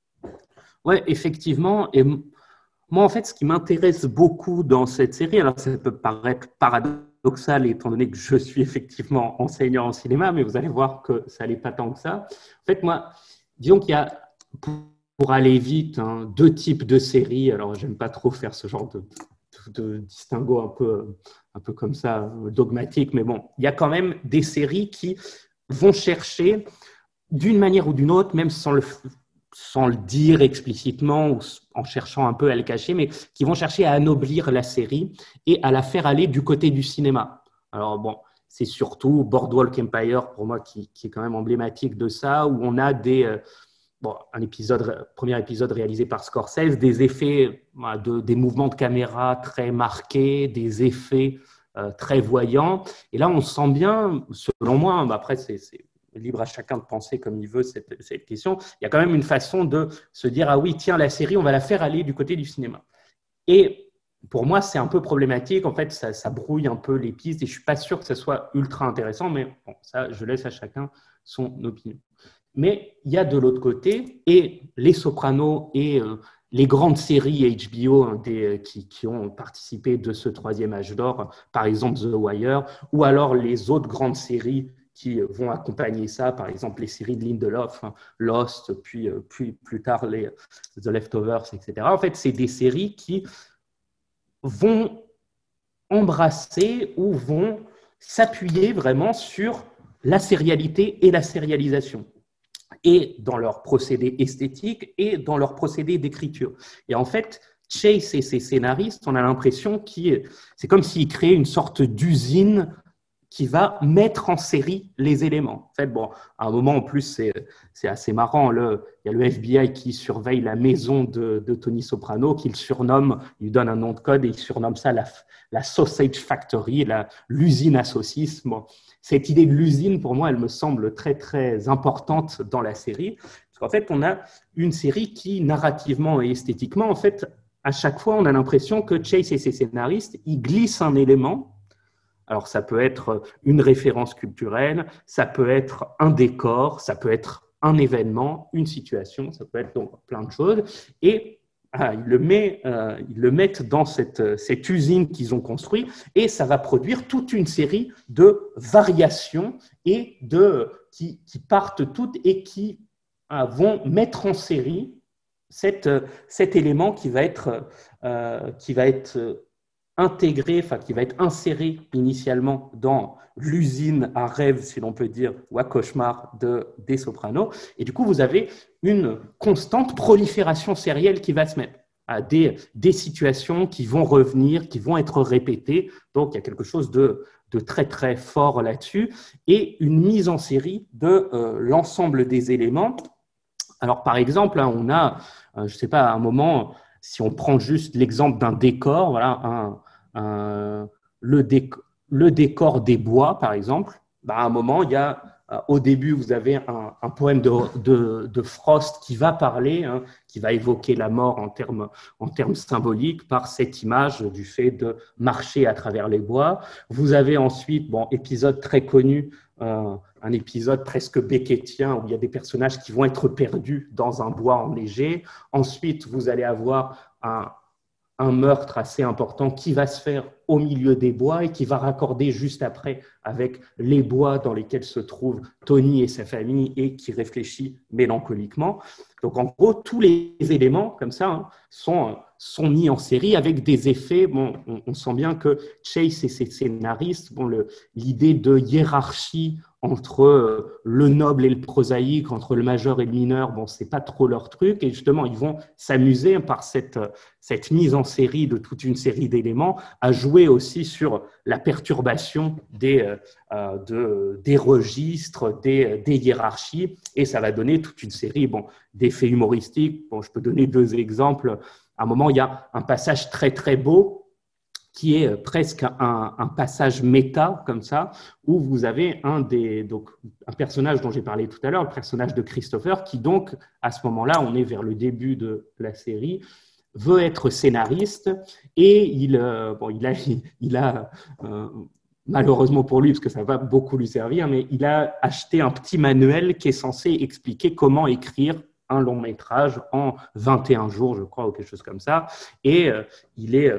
Oui, effectivement. Et moi, en fait, ce qui m'intéresse beaucoup dans cette série, alors ça peut paraître paradoxal étant donné que je suis effectivement enseignant en cinéma, mais vous allez voir que ça n'est pas tant que ça. En fait, moi, disons qu'il y a, pour aller vite, hein, deux types de séries. Alors, j'aime pas trop faire ce genre de, de, de distinguo un peu, un peu comme ça, dogmatique, mais bon, il y a quand même des séries qui vont chercher, d'une manière ou d'une autre, même sans le sans le dire explicitement ou en cherchant un peu à le cacher, mais qui vont chercher à anoblir la série et à la faire aller du côté du cinéma. Alors bon, c'est surtout Boardwalk Empire, pour moi, qui, qui est quand même emblématique de ça, où on a des, euh, bon, un épisode, premier épisode réalisé par Scorsese, des effets, de, des mouvements de caméra très marqués, des effets euh, très voyants. Et là, on sent bien, selon moi, bah après, c'est... c'est libre à chacun de penser comme il veut cette, cette question, il y a quand même une façon de se dire « Ah oui, tiens, la série, on va la faire aller du côté du cinéma. » Et pour moi, c'est un peu problématique. En fait, ça, ça brouille un peu les pistes et je ne suis pas sûr que ça soit ultra intéressant, mais bon, ça, je laisse à chacun son opinion. Mais il y a de l'autre côté, et Les Sopranos et euh, les grandes séries H B O hein, des, qui, qui ont participé de ce troisième âge d'or, par exemple The Wire, ou alors les autres grandes séries qui vont accompagner ça, par exemple les séries de Lindelof, hein, Lost, puis, puis plus tard les The Leftovers, et cetera. En fait, c'est des séries qui vont embrasser ou vont s'appuyer vraiment sur la sérialité et la sérialisation, et dans leur procédé esthétique et dans leur procédé d'écriture. Et en fait, Chase et ses scénaristes, on a l'impression que c'est comme s'ils créaient une sorte d'usine qui va mettre en série les éléments. En fait, bon, à un moment, en plus, c'est, c'est assez marrant. Le, il y a le F B I qui surveille la maison de, de Tony Soprano, qu'il surnomme, il lui donne un nom de code et il surnomme ça la, la Sausage Factory, la, l'usine à saucisses. Bon, cette idée de l'usine, pour moi, elle me semble très, très importante dans la série. Parce qu'en fait, on a une série qui, narrativement et esthétiquement, en fait, à chaque fois, on a l'impression que Chase et ses scénaristes, ils glissent un élément. Alors, ça peut être une référence culturelle, ça peut être un décor, ça peut être un événement, une situation, ça peut être donc plein de choses, et ah, ils, le met, euh, ils le mettent dans cette, cette usine qu'ils ont construite, et ça va produire toute une série de variations et de, qui, qui partent toutes et qui ah, vont mettre en série cette, cet élément qui va être, euh, qui va être intégré, enfin qui va être inséré initialement dans l'usine à rêve, si l'on peut dire, ou à cauchemar de, des Sopranos. Et du coup, vous avez une constante prolifération sérielle qui va se mettre à des, des situations qui vont revenir, qui vont être répétées. Donc, il y a quelque chose de, de très, très fort là-dessus et une mise en série de euh, l'ensemble des éléments. Alors, par exemple, hein, on a, euh, je ne sais pas, à un moment, si on prend juste l'exemple d'un décor, voilà, un, un, le, décor, le décor des bois, par exemple, bah, à un moment, il y a, euh, au début, vous avez un, un poème de, de, de Frost qui va parler, hein, qui va évoquer la mort en termes, en termes symboliques par cette image du fait de marcher à travers les bois. Vous avez ensuite, bon, épisode très connu, euh, un épisode presque beckettien où il y a des personnages qui vont être perdus dans un bois enneigé. Ensuite, vous allez avoir un, un meurtre assez important qui va se faire au milieu des bois et qui va raccorder juste après avec les bois dans lesquels se trouvent Tony et sa famille et qui réfléchit mélancoliquement. Donc, en gros, tous les éléments comme ça hein, sont, sont mis en série avec des effets. Bon, on, on sent bien que Chase et ses scénaristes, bon, le, l'idée de hiérarchie entre le noble et le prosaïque, entre le majeur et le mineur, bon, c'est pas trop leur truc. Et justement, ils vont s'amuser par cette, cette mise en série de toute une série d'éléments à jouer aussi sur la perturbation des, euh, de, des registres, des, des hiérarchies. Et ça va donner toute une série bon, d'effets humoristiques. Bon, je peux donner deux exemples. À un moment, il y a un passage très, très beau qui est presque un, un passage méta, comme ça, où vous avez un, des, donc, un personnage dont j'ai parlé tout à l'heure, le personnage de Christopher, qui donc, à ce moment-là, on est vers le début de la série, veut être scénariste et il, euh, bon, il a, il a euh, malheureusement pour lui, parce que ça va beaucoup lui servir, mais il a acheté un petit manuel qui est censé expliquer comment écrire un long métrage en vingt et un jours, je crois, ou quelque chose comme ça. Et euh, il est... Euh,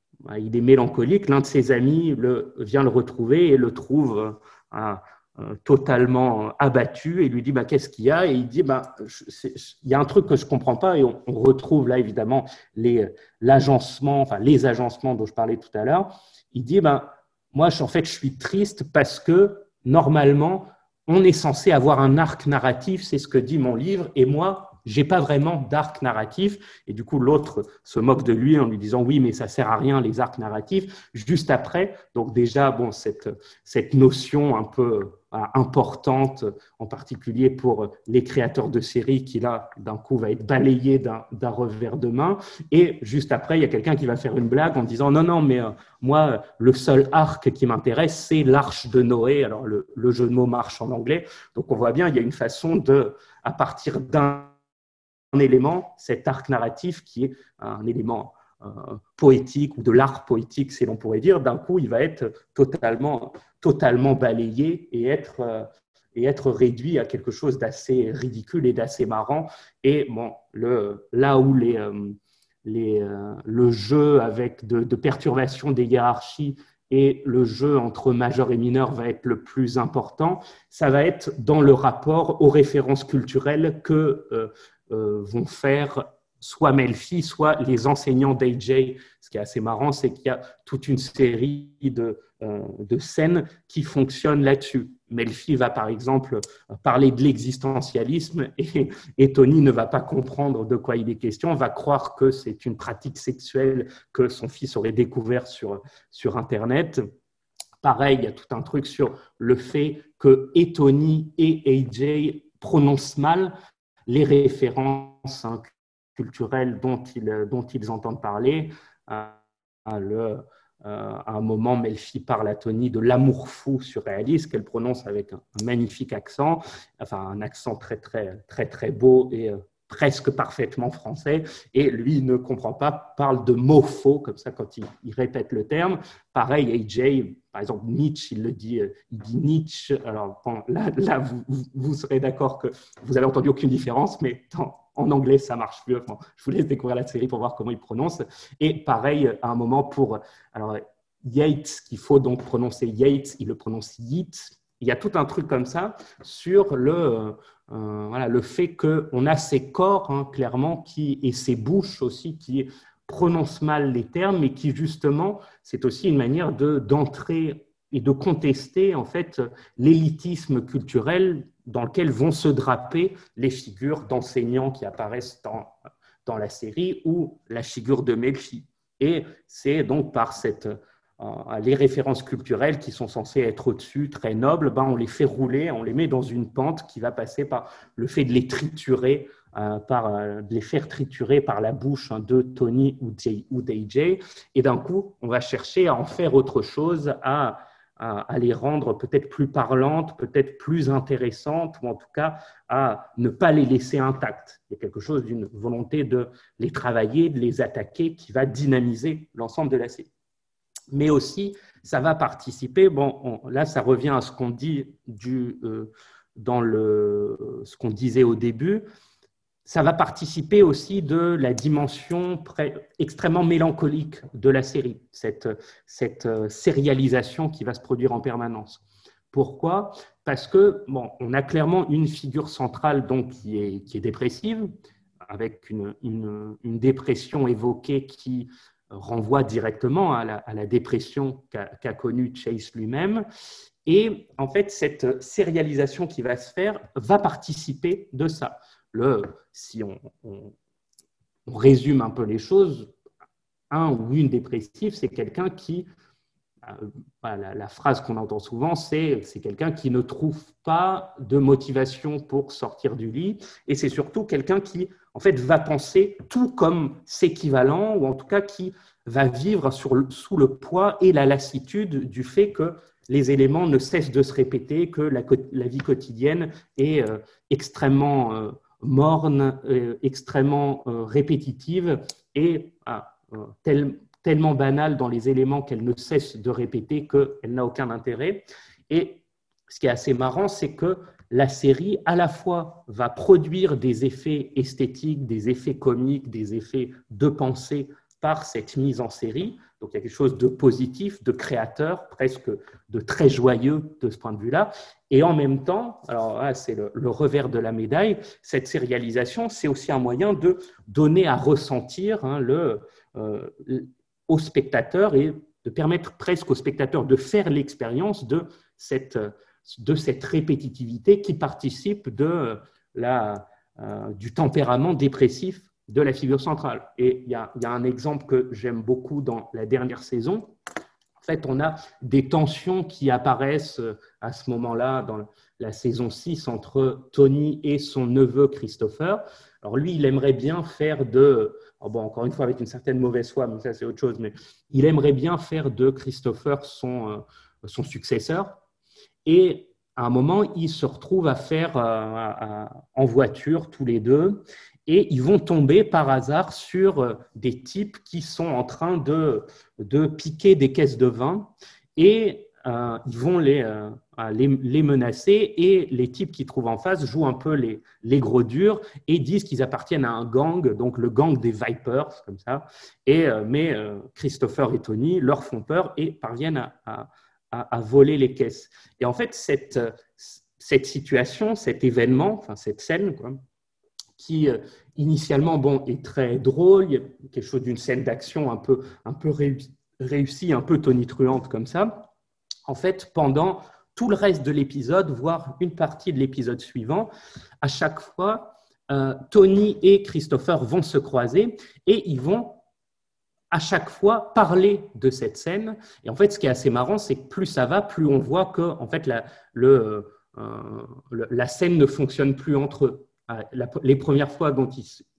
il est mélancolique. L'un de ses amis le, vient le retrouver et le trouve euh, euh, totalement abattu et lui dit bah, « Qu'est-ce qu'il y a ?» Et il dit bah, « Il y a un truc que je ne comprends pas. » Et on, on retrouve là, évidemment, les, l'agencement, enfin, les agencements dont je parlais tout à l'heure. Il dit bah, « Moi, en fait, je suis triste parce que, normalement, on est censé avoir un arc narratif. C'est ce que dit mon livre. Et moi, j'ai pas vraiment d'arc narratif. » Et du coup, l'autre se moque de lui en lui disant « Oui, mais ça sert à rien, les arcs narratifs. » Juste après, donc déjà, bon, cette, cette notion un peu euh, importante, en particulier pour les créateurs de séries, qui là, d'un coup, va être balayée d'un, d'un revers de main. Et juste après, il y a quelqu'un qui va faire une blague en disant « Non, non, mais euh, moi, le seul arc qui m'intéresse, c'est l'arche de Noé. » Alors, le, le jeu de mots marche en anglais. Donc, on voit bien, il y a une façon de, à partir d'un un élément, cet arc narratif qui est un élément euh, poétique ou de l'art poétique, si l'on pourrait dire, d'un coup, il va être totalement, totalement balayé et être, euh, et être réduit à quelque chose d'assez ridicule et d'assez marrant. Et bon, le, là où les, euh, les, euh, le jeu avec de, de perturbation des hiérarchies et le jeu entre majeur et mineur va être le plus important, ça va être dans le rapport aux références culturelles que euh, Euh, vont faire soit Melfi, soit les enseignants d'A J. Ce qui est assez marrant, c'est qu'il y a toute une série de, euh, de scènes qui fonctionnent là-dessus. Melfi va par exemple parler de l'existentialisme et, et Tony ne va pas comprendre de quoi il est question, va croire que c'est une pratique sexuelle que son fils aurait découvert sur, sur Internet. Pareil, il y a tout un truc sur le fait que et Tony et A J prononcent mal les références hein, culturelles dont ils, dont ils entendent parler. Euh, le, euh, à un moment, Melfi parle à Tony de l'amour fou surréaliste qu'elle prononce avec un, un magnifique accent, enfin un accent très très très très beau et, presque parfaitement français, et lui ne comprend pas, parle de mots faux, comme ça quand il, il répète le terme. Pareil, A J, par exemple, Nietzsche, il le dit, il dit Nietzsche. Alors bon, là, là vous, vous, vous serez d'accord que vous n'avez entendu aucune différence, mais en, en anglais, ça marche mieux. Bon, je vous laisse découvrir la série pour voir comment il prononce. Et pareil, à un moment, pour alors, Yates, qu'il faut donc prononcer Yates, il le prononce Yeats. Il y a tout un truc comme ça sur le... Euh, voilà, le fait qu'on a ces corps, hein, clairement, qui, et ces bouches aussi, qui prononcent mal les termes, mais qui, justement, c'est aussi une manière de, d'entrer et de contester, en fait, l'élitisme culturel dans lequel vont se draper les figures d'enseignants qui apparaissent dans, dans la série ou la figure de Melfi. Et c'est donc par cette... les références culturelles qui sont censées être au-dessus, très nobles, ben on les fait rouler, on les met dans une pente qui va passer par le fait de les triturer, euh, par, euh, de les faire triturer par la bouche, hein, de Tony ou, J, ou d'A J. Et d'un coup, on va chercher à en faire autre chose, à, à, à les rendre peut-être plus parlantes, peut-être plus intéressantes, ou en tout cas à ne pas les laisser intactes. Il y a quelque chose d'une volonté de les travailler, de les attaquer, qui va dynamiser l'ensemble de la série. Mais aussi, ça va participer, bon, on, là, ça revient à ce qu'on dit du, euh, dans le, ce qu'on disait au début, ça va participer aussi de la dimension pré, extrêmement mélancolique de la série, cette, cette euh, sérialisation qui va se produire en permanence. Pourquoi ? Parce que, bon, on a clairement une figure centrale donc, qui, est, qui est dépressive, avec une, une, une dépression évoquée qui renvoie directement à la, à la dépression qu'a, qu'a connue Chase lui-même. Et en fait, cette sérialisation qui va se faire va participer de ça. Le, si on, on, on résume un peu les choses, un ou une dépressive, c'est quelqu'un qui, euh, la, la phrase qu'on entend souvent, c'est, c'est quelqu'un qui ne trouve pas de motivation pour sortir du lit, et c'est surtout quelqu'un qui, en fait, va penser tout comme s'équivalent, ou en tout cas qui va vivre sur le, sous le poids et la lassitude du fait que les éléments ne cessent de se répéter, que la, la vie quotidienne est euh, extrêmement euh, morne, euh, extrêmement euh, répétitive et ah, euh, tel, tellement banale dans les éléments qu'elle ne cesse de répéter qu'elle n'a aucun intérêt. Et ce qui est assez marrant, c'est que la série, à la fois, va produire des effets esthétiques, des effets comiques, des effets de pensée par cette mise en série. Donc, il y a quelque chose de positif, de créateur, presque de très joyeux de ce point de vue-là. Et en même temps, alors là, c'est le, le revers de la médaille, cette sérialisation, c'est aussi un moyen de donner à ressentir hein, le, euh, au spectateur et de permettre presque au spectateur de faire l'expérience de cette, de cette répétitivité qui participe de la, euh, du tempérament dépressif de la figure centrale. Et il y a, il y a un exemple que j'aime beaucoup dans la dernière saison. En fait, on a des tensions qui apparaissent à ce moment-là dans la saison six entre Tony et son neveu Christopher. Alors lui, il aimerait bien faire de, oh bon, encore une fois avec une certaine mauvaise foi, mais ça c'est autre chose, mais il aimerait bien faire de Christopher son, son successeur. Et à un moment, ils se retrouvent à faire à, à, en voiture tous les deux. Et ils vont tomber par hasard sur des types qui sont en train de, de piquer des caisses de vin et euh, ils vont les, euh, les, les menacer et les types qui trouvent en face jouent un peu les, les gros durs et disent qu'ils appartiennent à un gang, donc le gang des Vipers, comme ça. Et, euh, mais euh, Christopher et Tony leur font peur et parviennent à, à, à, à voler les caisses. Et en fait, cette, cette situation, cet événement, enfin cette scène, quoi, qui euh, initialement bon, est très drôle, il y a quelque chose d'une scène d'action un peu, un peu réussie, un peu tonitruante comme ça. En fait, pendant tout le reste de l'épisode, voire une partie de l'épisode suivant, à chaque fois, euh, Tony et Christopher vont se croiser et ils vont à chaque fois parler de cette scène. Et en fait, ce qui est assez marrant, c'est que plus ça va, plus on voit que en fait, la, le, euh, le, la scène ne fonctionne plus entre eux. Les premières fois dont ils,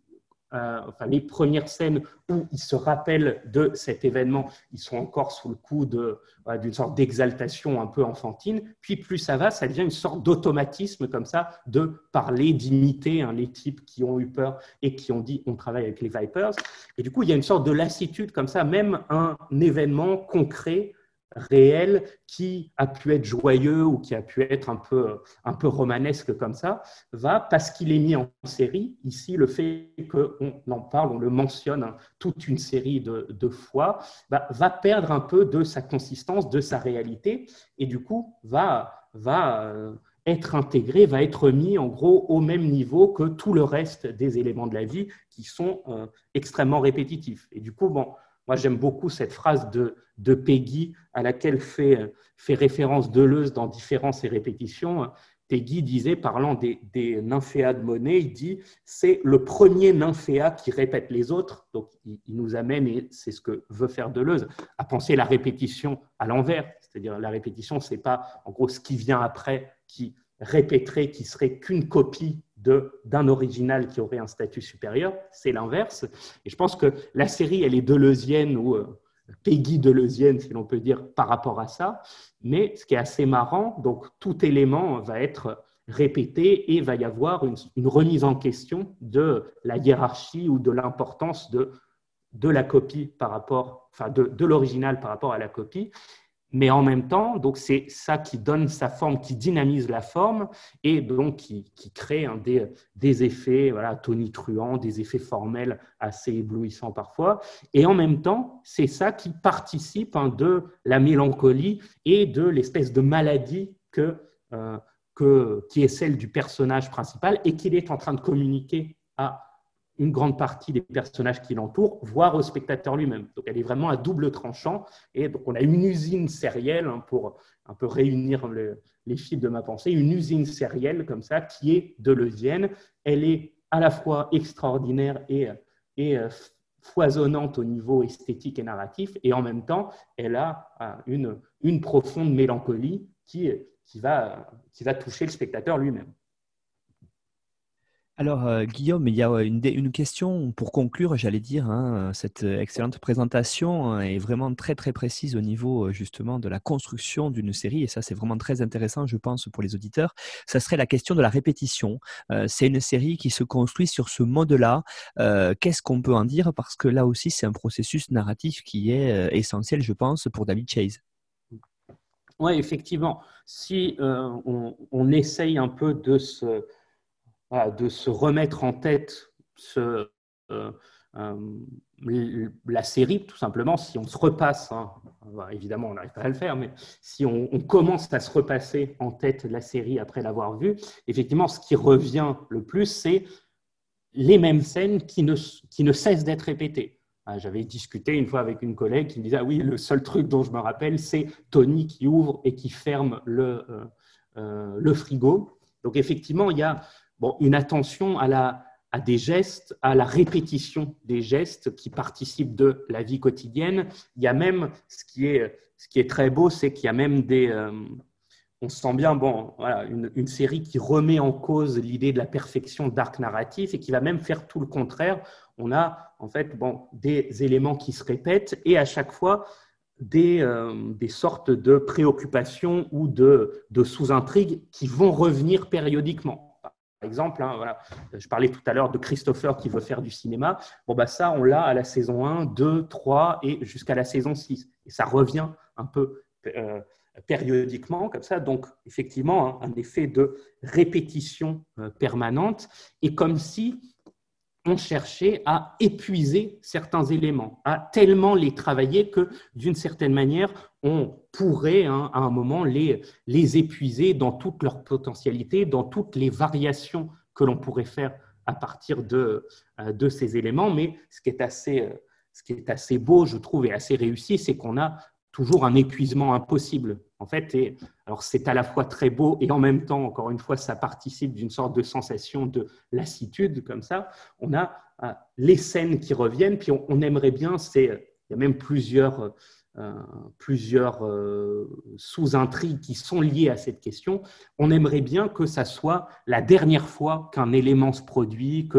euh, enfin les premières scènes où ils se rappellent de cet événement, ils sont encore sous le coup de, voilà, d'une sorte d'exaltation un peu enfantine. Puis plus ça va, ça devient une sorte d'automatisme comme ça, de parler, d'imiter hein, les types qui ont eu peur et qui ont dit on travaille avec les Vipers. Et du coup, il y a une sorte de lassitude comme ça, même un événement concret, réel, qui a pu être joyeux ou qui a pu être un peu, un peu romanesque comme ça, va, parce qu'il est mis en série, ici, le fait qu'on en parle, on le mentionne hein, toute une série de, de fois, bah, va perdre un peu de sa consistance, de sa réalité, et du coup, va, va euh, être intégré, va être mis en gros au même niveau que tout le reste des éléments de la vie qui sont euh, extrêmement répétitifs. Et du coup, bon, moi, j'aime beaucoup cette phrase de, de Peggy à laquelle fait, fait référence Deleuze dans Différence et répétition. Peggy disait, parlant des, des nymphéas de Monet, il dit « c'est le premier nymphéa qui répète les autres ». Donc, il, il nous amène, et c'est ce que veut faire Deleuze, à penser la répétition à l'envers. C'est-à-dire la répétition, ce n'est pas en gros ce qui vient après qui répéterait, qui serait qu'une copie de, d'un original qui aurait un statut supérieur, c'est l'inverse. Et je pense que la série, elle est deleuzienne ou euh, Peggy deleuzienne, si l'on peut dire, par rapport à ça. Mais ce qui est assez marrant, donc tout élément va être répété et va y avoir une, une remise en question de la hiérarchie ou de l'importance de, de la copie par rapport, enfin de, de l'original par rapport à la copie. Mais en même temps, donc c'est ça qui donne sa forme, qui dynamise la forme et donc qui, qui crée hein, des, des effets voilà, tonitruants, des effets formels assez éblouissants parfois. Et en même temps, c'est ça qui participe hein, de la mélancolie et de l'espèce de maladie que, euh, que, qui est celle du personnage principal et qu'il est en train de communiquer à une grande partie des personnages qui l'entourent, voire au spectateur lui-même. Donc, elle est vraiment à double tranchant. Et donc, on a une usine sérielle, hein, pour un peu réunir le, les fils de ma pensée, une usine sérielle comme ça, qui est deleuzienne. Elle est à la fois extraordinaire et, et foisonnante au niveau esthétique et narratif, et en même temps, elle a une, une profonde mélancolie qui, qui, va, qui va toucher le spectateur lui-même. Alors, euh, Guillaume, il y a une, une question pour conclure, j'allais dire, hein, cette excellente présentation hein, est vraiment très, très précise au niveau justement de la construction d'une série, et ça, c'est vraiment très intéressant, je pense, pour les auditeurs. Ça serait la question de la répétition. Euh, c'est une série qui se construit sur ce mode-là. Euh, qu'est-ce qu'on peut en dire? Parce que là aussi, c'est un processus narratif qui est euh, essentiel, je pense, pour David Chase. Oui, effectivement. Si euh, on, on essaye un peu de se... Voilà, de se remettre en tête ce, euh, euh, la série, tout simplement, si on se repasse, hein, évidemment on n'arrive pas à le faire, mais si on, on commence à se repasser en tête la série après l'avoir vue, effectivement, ce qui revient le plus, c'est les mêmes scènes qui ne, qui ne cessent d'être répétées. J'avais discuté une fois avec une collègue qui me disait « Ah oui, le seul truc dont je me rappelle, c'est Tony qui ouvre et qui ferme le, euh, euh, le frigo. » Donc effectivement, il y a Bon, une attention à, la, à des gestes, à la répétition des gestes qui participent de la vie quotidienne. Il y a même, ce qui est, ce qui est très beau, c'est qu'il y a même des… Euh, on se sent bien, bon, voilà, une, une série qui remet en cause l'idée de la perfection d'arc narratif et qui va même faire tout le contraire. On a en fait bon, des éléments qui se répètent et à chaque fois, Des, euh, des sortes de préoccupations ou de, de sous-intrigues qui vont revenir périodiquement. Par exemple, hein, voilà, je parlais tout à l'heure de Christopher qui veut faire du cinéma. Bon, bah ça, on l'a à la saison un, deux, trois et jusqu'à la saison six. Et ça revient un peu euh, périodiquement comme ça. Donc, effectivement, hein, un effet de répétition euh, permanente. Et comme si on cherchait à épuiser certains éléments, à tellement les travailler que, d'une certaine manière, on pourrait hein, à un moment les, les épuiser dans toute leur potentialité, dans toutes les variations que l'on pourrait faire à partir de, de ces éléments. Mais ce qui est assez, ce qui est assez beau, je trouve, et assez réussi, c'est qu'on a toujours un épuisement impossible. En fait, et, alors c'est à la fois très beau et en même temps, encore une fois, ça participe d'une sorte de sensation de lassitude comme ça. On a euh, les scènes qui reviennent, puis on, on aimerait bien, c'est, il y a même plusieurs, euh, plusieurs euh, sous-intrigues qui sont liées à cette question. On aimerait bien que ça soit la dernière fois qu'un élément se produit, que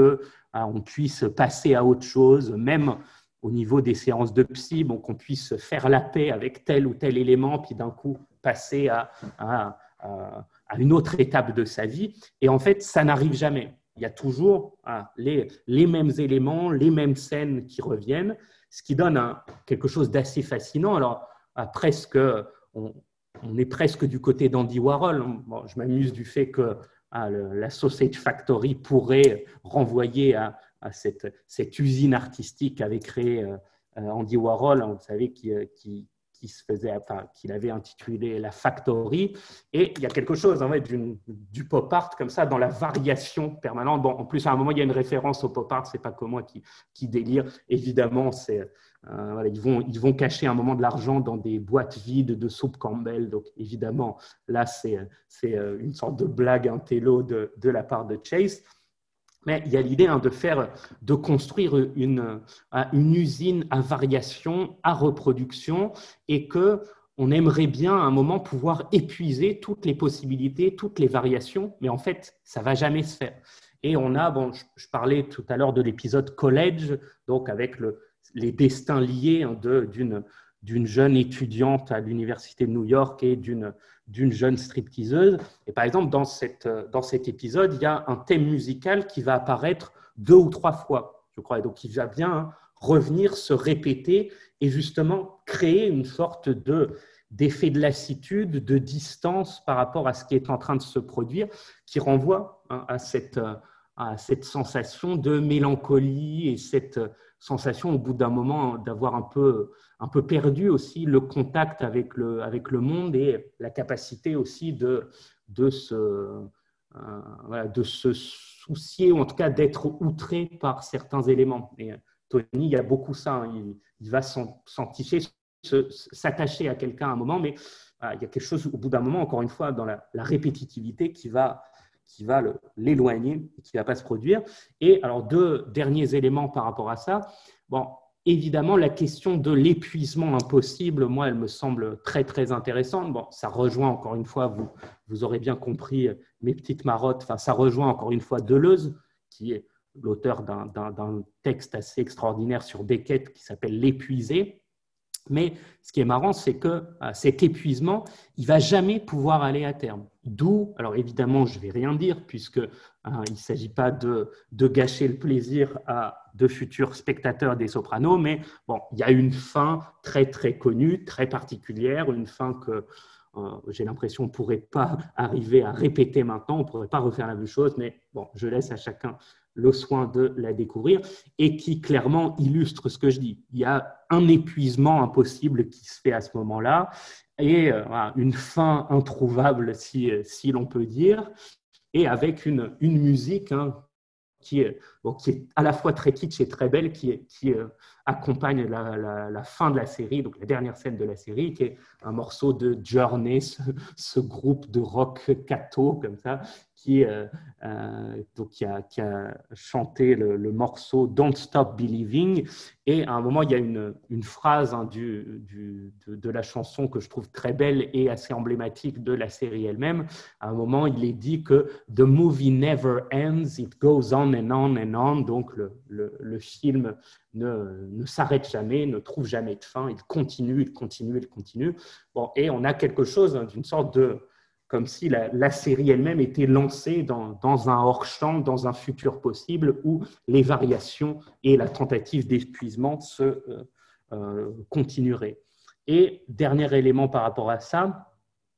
ah, on puisse passer à autre chose, même au niveau des séances de psy, bon, qu'on puisse faire la paix avec tel ou tel élément, puis d'un coup passer à, à, à, à une autre étape de sa vie. Et en fait, ça n'arrive jamais. Il y a toujours ah, les, les mêmes éléments, les mêmes scènes qui reviennent, ce qui donne un, quelque chose d'assez fascinant. Alors, ah, presque, on, on est presque du côté d'Andy Warhol. Bon, je m'amuse du fait que ah, le, la Sausage Factory pourrait renvoyer à à cette, cette usine artistique qu'avait créée euh, Andy Warhol, vous savez, qui, qui, qui se faisait, enfin, qu'il avait intitulé La Factory. Et il y a quelque chose en fait, du pop art comme ça, dans la variation permanente. Bon, en plus, à un moment, il y a une référence au pop art, ce n'est pas que moi qui, qui délire. Évidemment, c'est, euh, voilà, ils, vont, ils vont cacher un moment de l'argent dans des boîtes vides de soupe Campbell. Donc, évidemment, là, c'est, c'est une sorte de blague intello de, de la part de Chase. Mais il y a l'idée hein, de faire, de construire une, une usine à variation, à reproduction, et que on aimerait bien à un moment pouvoir épuiser toutes les possibilités, toutes les variations, mais en fait, ça va jamais se faire. Et on a, bon, je, je parlais tout à l'heure de l'épisode College, donc avec le, les destins liés hein, de, d'une, d'une jeune étudiante à l'université de New York et d'une d'une jeune stripteaseuse. Et par exemple, dans, cette, dans cet épisode, il y a un thème musical qui va apparaître deux ou trois fois, je crois. Et donc, il va bien revenir, se répéter et justement créer une sorte de, d'effet de lassitude, de distance par rapport à ce qui est en train de se produire, qui renvoie hein, à, cette, à cette sensation de mélancolie et cette sensation, au bout d'un moment, d'avoir un peu... un peu perdu aussi le contact avec le, avec le monde et la capacité aussi de, de, se, euh, voilà, de se soucier, ou en tout cas d'être outré par certains éléments. Et Tony, il y a beaucoup ça, hein. il, il va s'en, s'en ticher, se, s'attacher à quelqu'un à un moment, mais voilà, il y a quelque chose, au bout d'un moment, encore une fois, dans la, la répétitivité qui va, qui va le, l'éloigner, qui ne va pas se produire. Et alors, deux derniers éléments par rapport à ça. Bon, évidemment, la question de l'épuisement impossible, moi, elle me semble très, très intéressante. Bon, ça rejoint encore une fois, vous, vous aurez bien compris mes petites marottes, enfin, ça rejoint encore une fois Deleuze, qui est l'auteur d'un, d'un, d'un texte assez extraordinaire sur Beckett qui s'appelle L'épuisé. Mais ce qui est marrant, c'est que cet épuisement, il ne va jamais pouvoir aller à terme. D'où, alors évidemment, je ne vais rien dire, puisque hein, il ne s'agit pas de, de gâcher le plaisir à de futurs spectateurs des Sopranos, mais bon, il y a une fin très, très connue, très particulière, une fin que euh, j'ai l'impression qu'on ne pourrait pas arriver à répéter maintenant, on ne pourrait pas refaire la même chose, mais bon, je laisse à chacun le soin de la découvrir, et qui clairement illustre ce que je dis. Il y a un épuisement impossible qui se fait à ce moment-là, et euh, voilà, une fin introuvable, si, si l'on peut dire, et avec une, une musique hein, qui, est, bon, qui est à la fois très kitsch et très belle, qui, qui euh, accompagne la, la, la fin de la série, donc la dernière scène de la série, qui est un morceau de Journey, ce, ce groupe de rock catho, comme ça, qui, euh, euh, donc, qui, a, qui a chanté le, le morceau Don't Stop Believing. Et à un moment, il y a une, une phrase hein, du, du, de, de la chanson que je trouve très belle et assez emblématique de la série elle-même. À un moment, il est dit que « The movie never ends, it goes on and on and on ». Donc, le, le, le film ne, ne s'arrête jamais, ne trouve jamais de fin. Il continue, il continue, il continue. Bon, et on a quelque chose hein, d'une sorte de... comme si la, la série elle-même était lancée dans, dans un hors-champ, dans un futur possible où les variations et la tentative d'épuisement se euh, euh, continueraient. Et dernier élément par rapport à ça,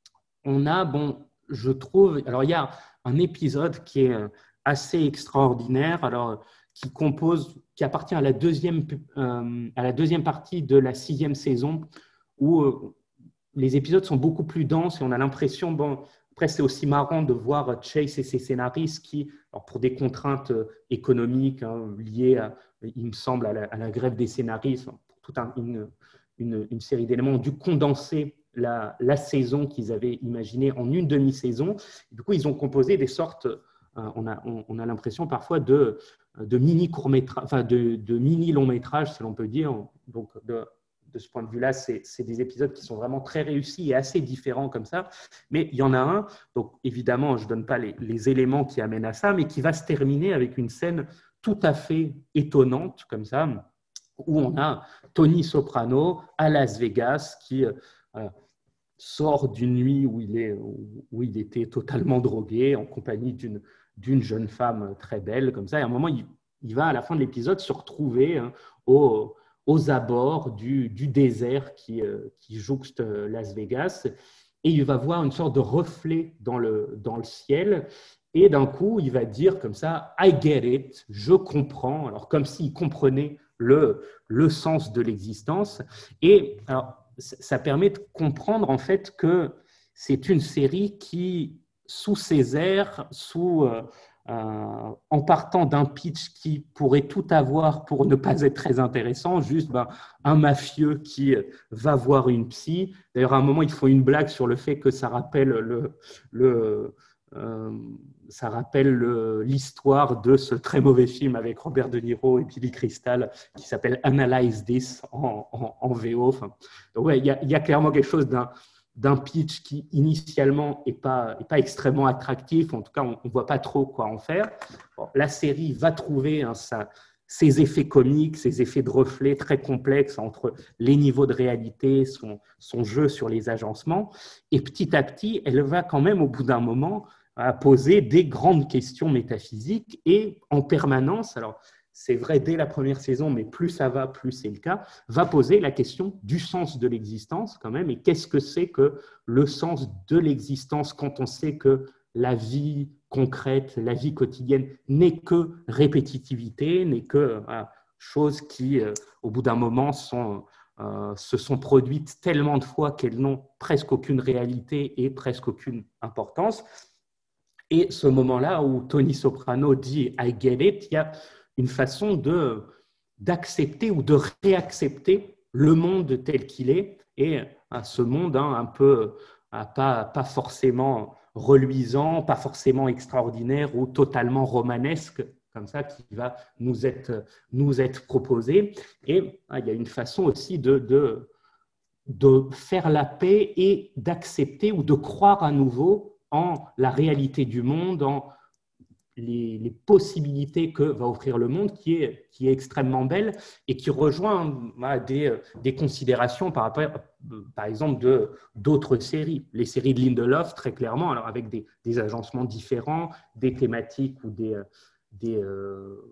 on a, bon, je trouve, alors il y a un épisode qui est assez extraordinaire, alors qui compose, qui appartient à la deuxième, euh, à la deuxième partie de la sixième saison, où euh, les épisodes sont beaucoup plus denses et on a l'impression, bon, après c'est aussi marrant de voir Chase et ses scénaristes qui, alors pour des contraintes économiques hein, liées, à, il me semble, à la, à la grève des scénaristes, pour toute un, une, une, une série d'éléments, ont dû condenser la, la saison qu'ils avaient imaginée en une demi-saison. Du coup, ils ont composé des sortes, euh, on a, on, on a l'impression parfois de, de mini courts-métrages, enfin de, de mini longs-métrages, si l'on peut dire, donc de de ce point de vue-là, c'est, c'est des épisodes qui sont vraiment très réussis et assez différents comme ça. Mais il y en a un, donc évidemment, je ne donne pas les, les éléments qui amènent à ça, mais qui va se terminer avec une scène tout à fait étonnante, comme ça, où on a Tony Soprano à Las Vegas qui euh, sort d'une nuit où il, est, où il était totalement drogué en compagnie d'une, d'une jeune femme très belle, comme ça. Et à un moment, il, il va, à la fin de l'épisode, se retrouver hein, au, aux abords du, du désert qui, euh, qui jouxte Las Vegas. Et il va voir une sorte de reflet dans le, dans le ciel. Et d'un coup, il va dire comme ça, I get it, je comprends. Alors, comme s'il comprenait le, le sens de l'existence. Et alors, ça permet de comprendre en fait que c'est une série qui, sous ses airs, sous, euh, euh, en partant d'un pitch qui pourrait tout avoir pour ne pas être très intéressant, juste ben, un mafieux qui va voir une psy. D'ailleurs, à un moment, ils font une blague sur le fait que ça rappelle le... le Euh, ça rappelle le, l'histoire de ce très mauvais film avec Robert De Niro et Billy Crystal qui s'appelle Analyze This en, en, en V O. Enfin, donc ouais, il y a, y a clairement quelque chose d'un, d'un pitch qui initialement n'est pas, est pas extrêmement attractif. En tout cas, on ne voit pas trop quoi en faire. Bon, la série va trouver hein, sa, ses effets comiques, ses effets de reflet très complexes entre les niveaux de réalité, son, son jeu sur les agencements. Et petit à petit, elle va quand même, au bout d'un moment, à poser des grandes questions métaphysiques et en permanence, alors c'est vrai dès la première saison, mais plus ça va, plus c'est le cas, va poser la question du sens de l'existence quand même, et qu'est-ce que c'est que le sens de l'existence quand on sait que la vie concrète, la vie quotidienne n'est que répétitivité, n'est que voilà, choses qui, euh, au bout d'un moment, sont, euh, se sont produites tellement de fois qu'elles n'ont presque aucune réalité et presque aucune importance. Et ce moment-là où Tony Soprano dit « I get it », il y a une façon de, d'accepter ou de réaccepter le monde tel qu'il est et à ce monde hein, un peu, pas, pas forcément reluisant, pas forcément extraordinaire ou totalement romanesque, comme ça, qui va nous être, nous être proposé. Et ah, il y a une façon aussi de, de, de faire la paix et d'accepter ou de croire à nouveau en la réalité du monde, en les, les possibilités que va offrir le monde, qui est, qui est extrêmement belle et qui rejoint bah, des, des considérations par rapport, par exemple, de, d'autres séries. Les séries de Lindelof, très clairement, alors avec des, des agencements différents, des thématiques ou des, des, euh,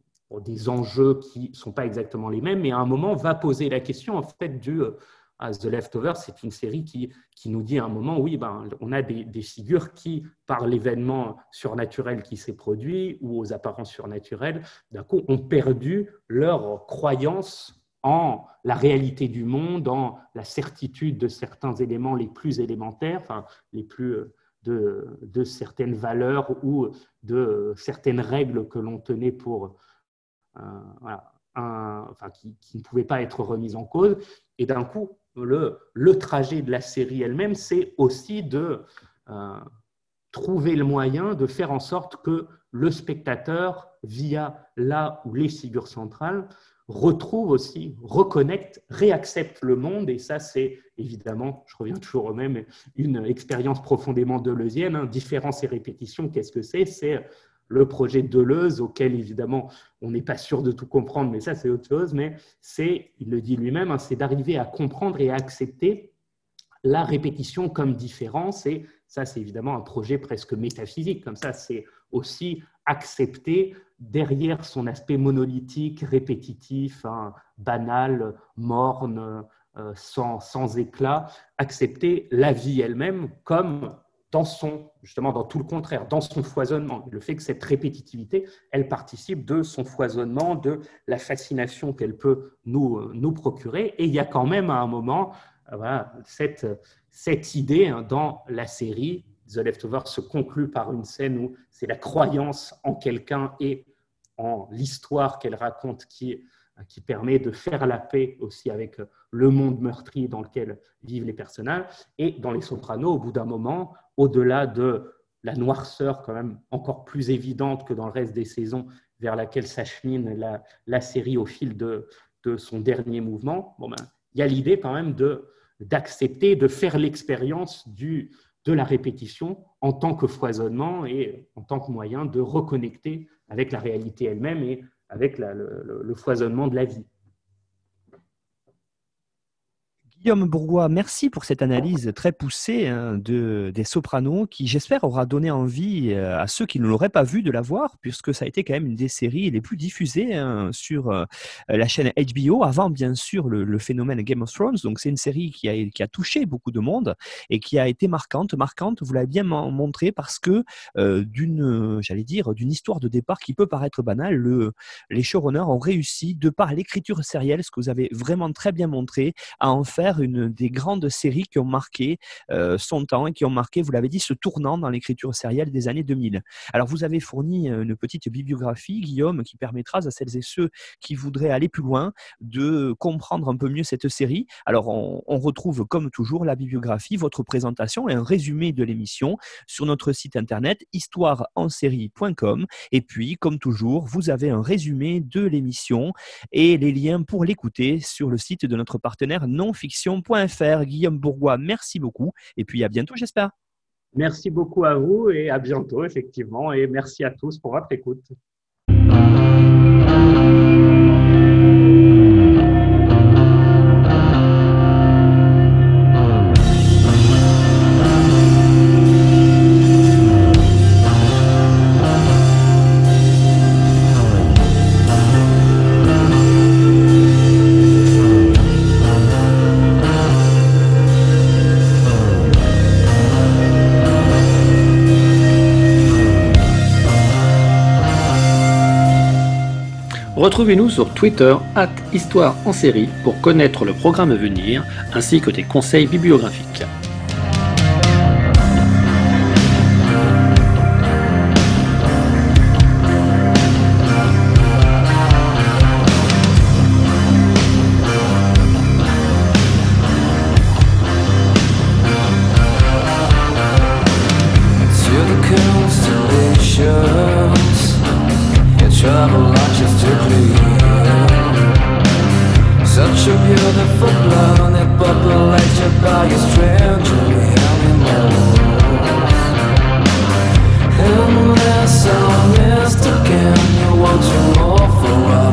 des enjeux qui ne sont pas exactement les mêmes, mais à un moment, va poser la question, en fait, du... As The Leftovers, c'est une série qui, qui nous dit à un moment, oui, ben, on a des, des figures qui, par l'événement surnaturel qui s'est produit ou aux apparences surnaturelles, d'un coup, ont perdu leur croyance en la réalité du monde, en la certitude de certains éléments les plus élémentaires, enfin, les plus de, de certaines valeurs ou de certaines règles que l'on tenait pour... Euh, voilà, un, enfin, qui, qui ne pouvaient pas être remises en cause. Et d'un coup, le, le trajet de la série elle-même, c'est aussi de euh, trouver le moyen de faire en sorte que le spectateur, via là où les figures centrales, retrouve aussi, reconnecte, réaccepte le monde. Et ça, c'est évidemment, je reviens toujours au même, une expérience profondément deleuzienne. Hein, différence et répétition, qu'est-ce que c'est ? C'est le projet Deleuze, auquel évidemment on n'est pas sûr de tout comprendre, mais ça c'est autre chose, mais c'est, il le dit lui-même, hein, c'est d'arriver à comprendre et à accepter la répétition comme différence, et ça c'est évidemment un projet presque métaphysique, comme ça c'est aussi accepter derrière son aspect monolithique, répétitif, hein, banal, morne, euh, sans, sans éclat, accepter la vie elle-même comme dans son, justement dans tout le contraire, dans son foisonnement. Le fait que cette répétitivité, elle participe de son foisonnement, de la fascination qu'elle peut nous, nous procurer. Et il y a quand même à un moment voilà, cette, cette idée hein, dans la série. The Leftovers se conclut par une scène où c'est la croyance en quelqu'un et en l'histoire qu'elle raconte qui, qui permet de faire la paix aussi avec le monde meurtri dans lequel vivent les personnages. Et dans Les Sopranos, au bout d'un moment, au-delà de la noirceur quand même encore plus évidente que dans le reste des saisons vers laquelle s'achemine la, la série au fil de, de son dernier mouvement, bon ben, il y a l'idée quand même de, d'accepter, de faire l'expérience du, de la répétition en tant que foisonnement et en tant que moyen de reconnecter avec la réalité elle-même et avec la, le, le foisonnement de la vie. Guillaume Bourgois, merci pour cette analyse très poussée hein, de, des Sopranos qui, j'espère, aura donné envie euh, à ceux qui ne l'auraient pas vu de la voir, puisque ça a été quand même une des séries les plus diffusées hein, sur euh, la chaîne H B O, avant bien sûr le, le phénomène Game of Thrones. Donc c'est une série qui a, qui a touché beaucoup de monde et qui a été marquante. Marquante, vous l'avez bien montré, parce que euh, d'une, j'allais dire, d'une histoire de départ qui peut paraître banale, le, les showrunners ont réussi, de par l'écriture sérielle, ce que vous avez vraiment très bien montré, à en faire une des grandes séries qui ont marqué euh, son temps et qui ont marqué, vous l'avez dit, ce tournant dans l'écriture sérielle des années deux mille. Alors, vous avez fourni une petite bibliographie, Guillaume, qui permettra à celles et ceux qui voudraient aller plus loin de comprendre un peu mieux cette série. Alors, on, on retrouve, comme toujours, la bibliographie, votre présentation et un résumé de l'émission sur notre site internet histoire en série point com. Et puis, comme toujours, vous avez un résumé de l'émission et les liens pour l'écouter sur le site de notre partenaire nonfiction point f r. Guillaume Bourgois, merci beaucoup et puis à bientôt, j'espère. Merci beaucoup à vous et à bientôt, effectivement, et merci à tous pour votre écoute. Retrouvez-nous sur Twitter arobase histoire en série pour connaître le programme à venir ainsi que des conseils bibliographiques. Such a beautiful planet, populated by a stranger animals. Unless I missed again, you want to more for us.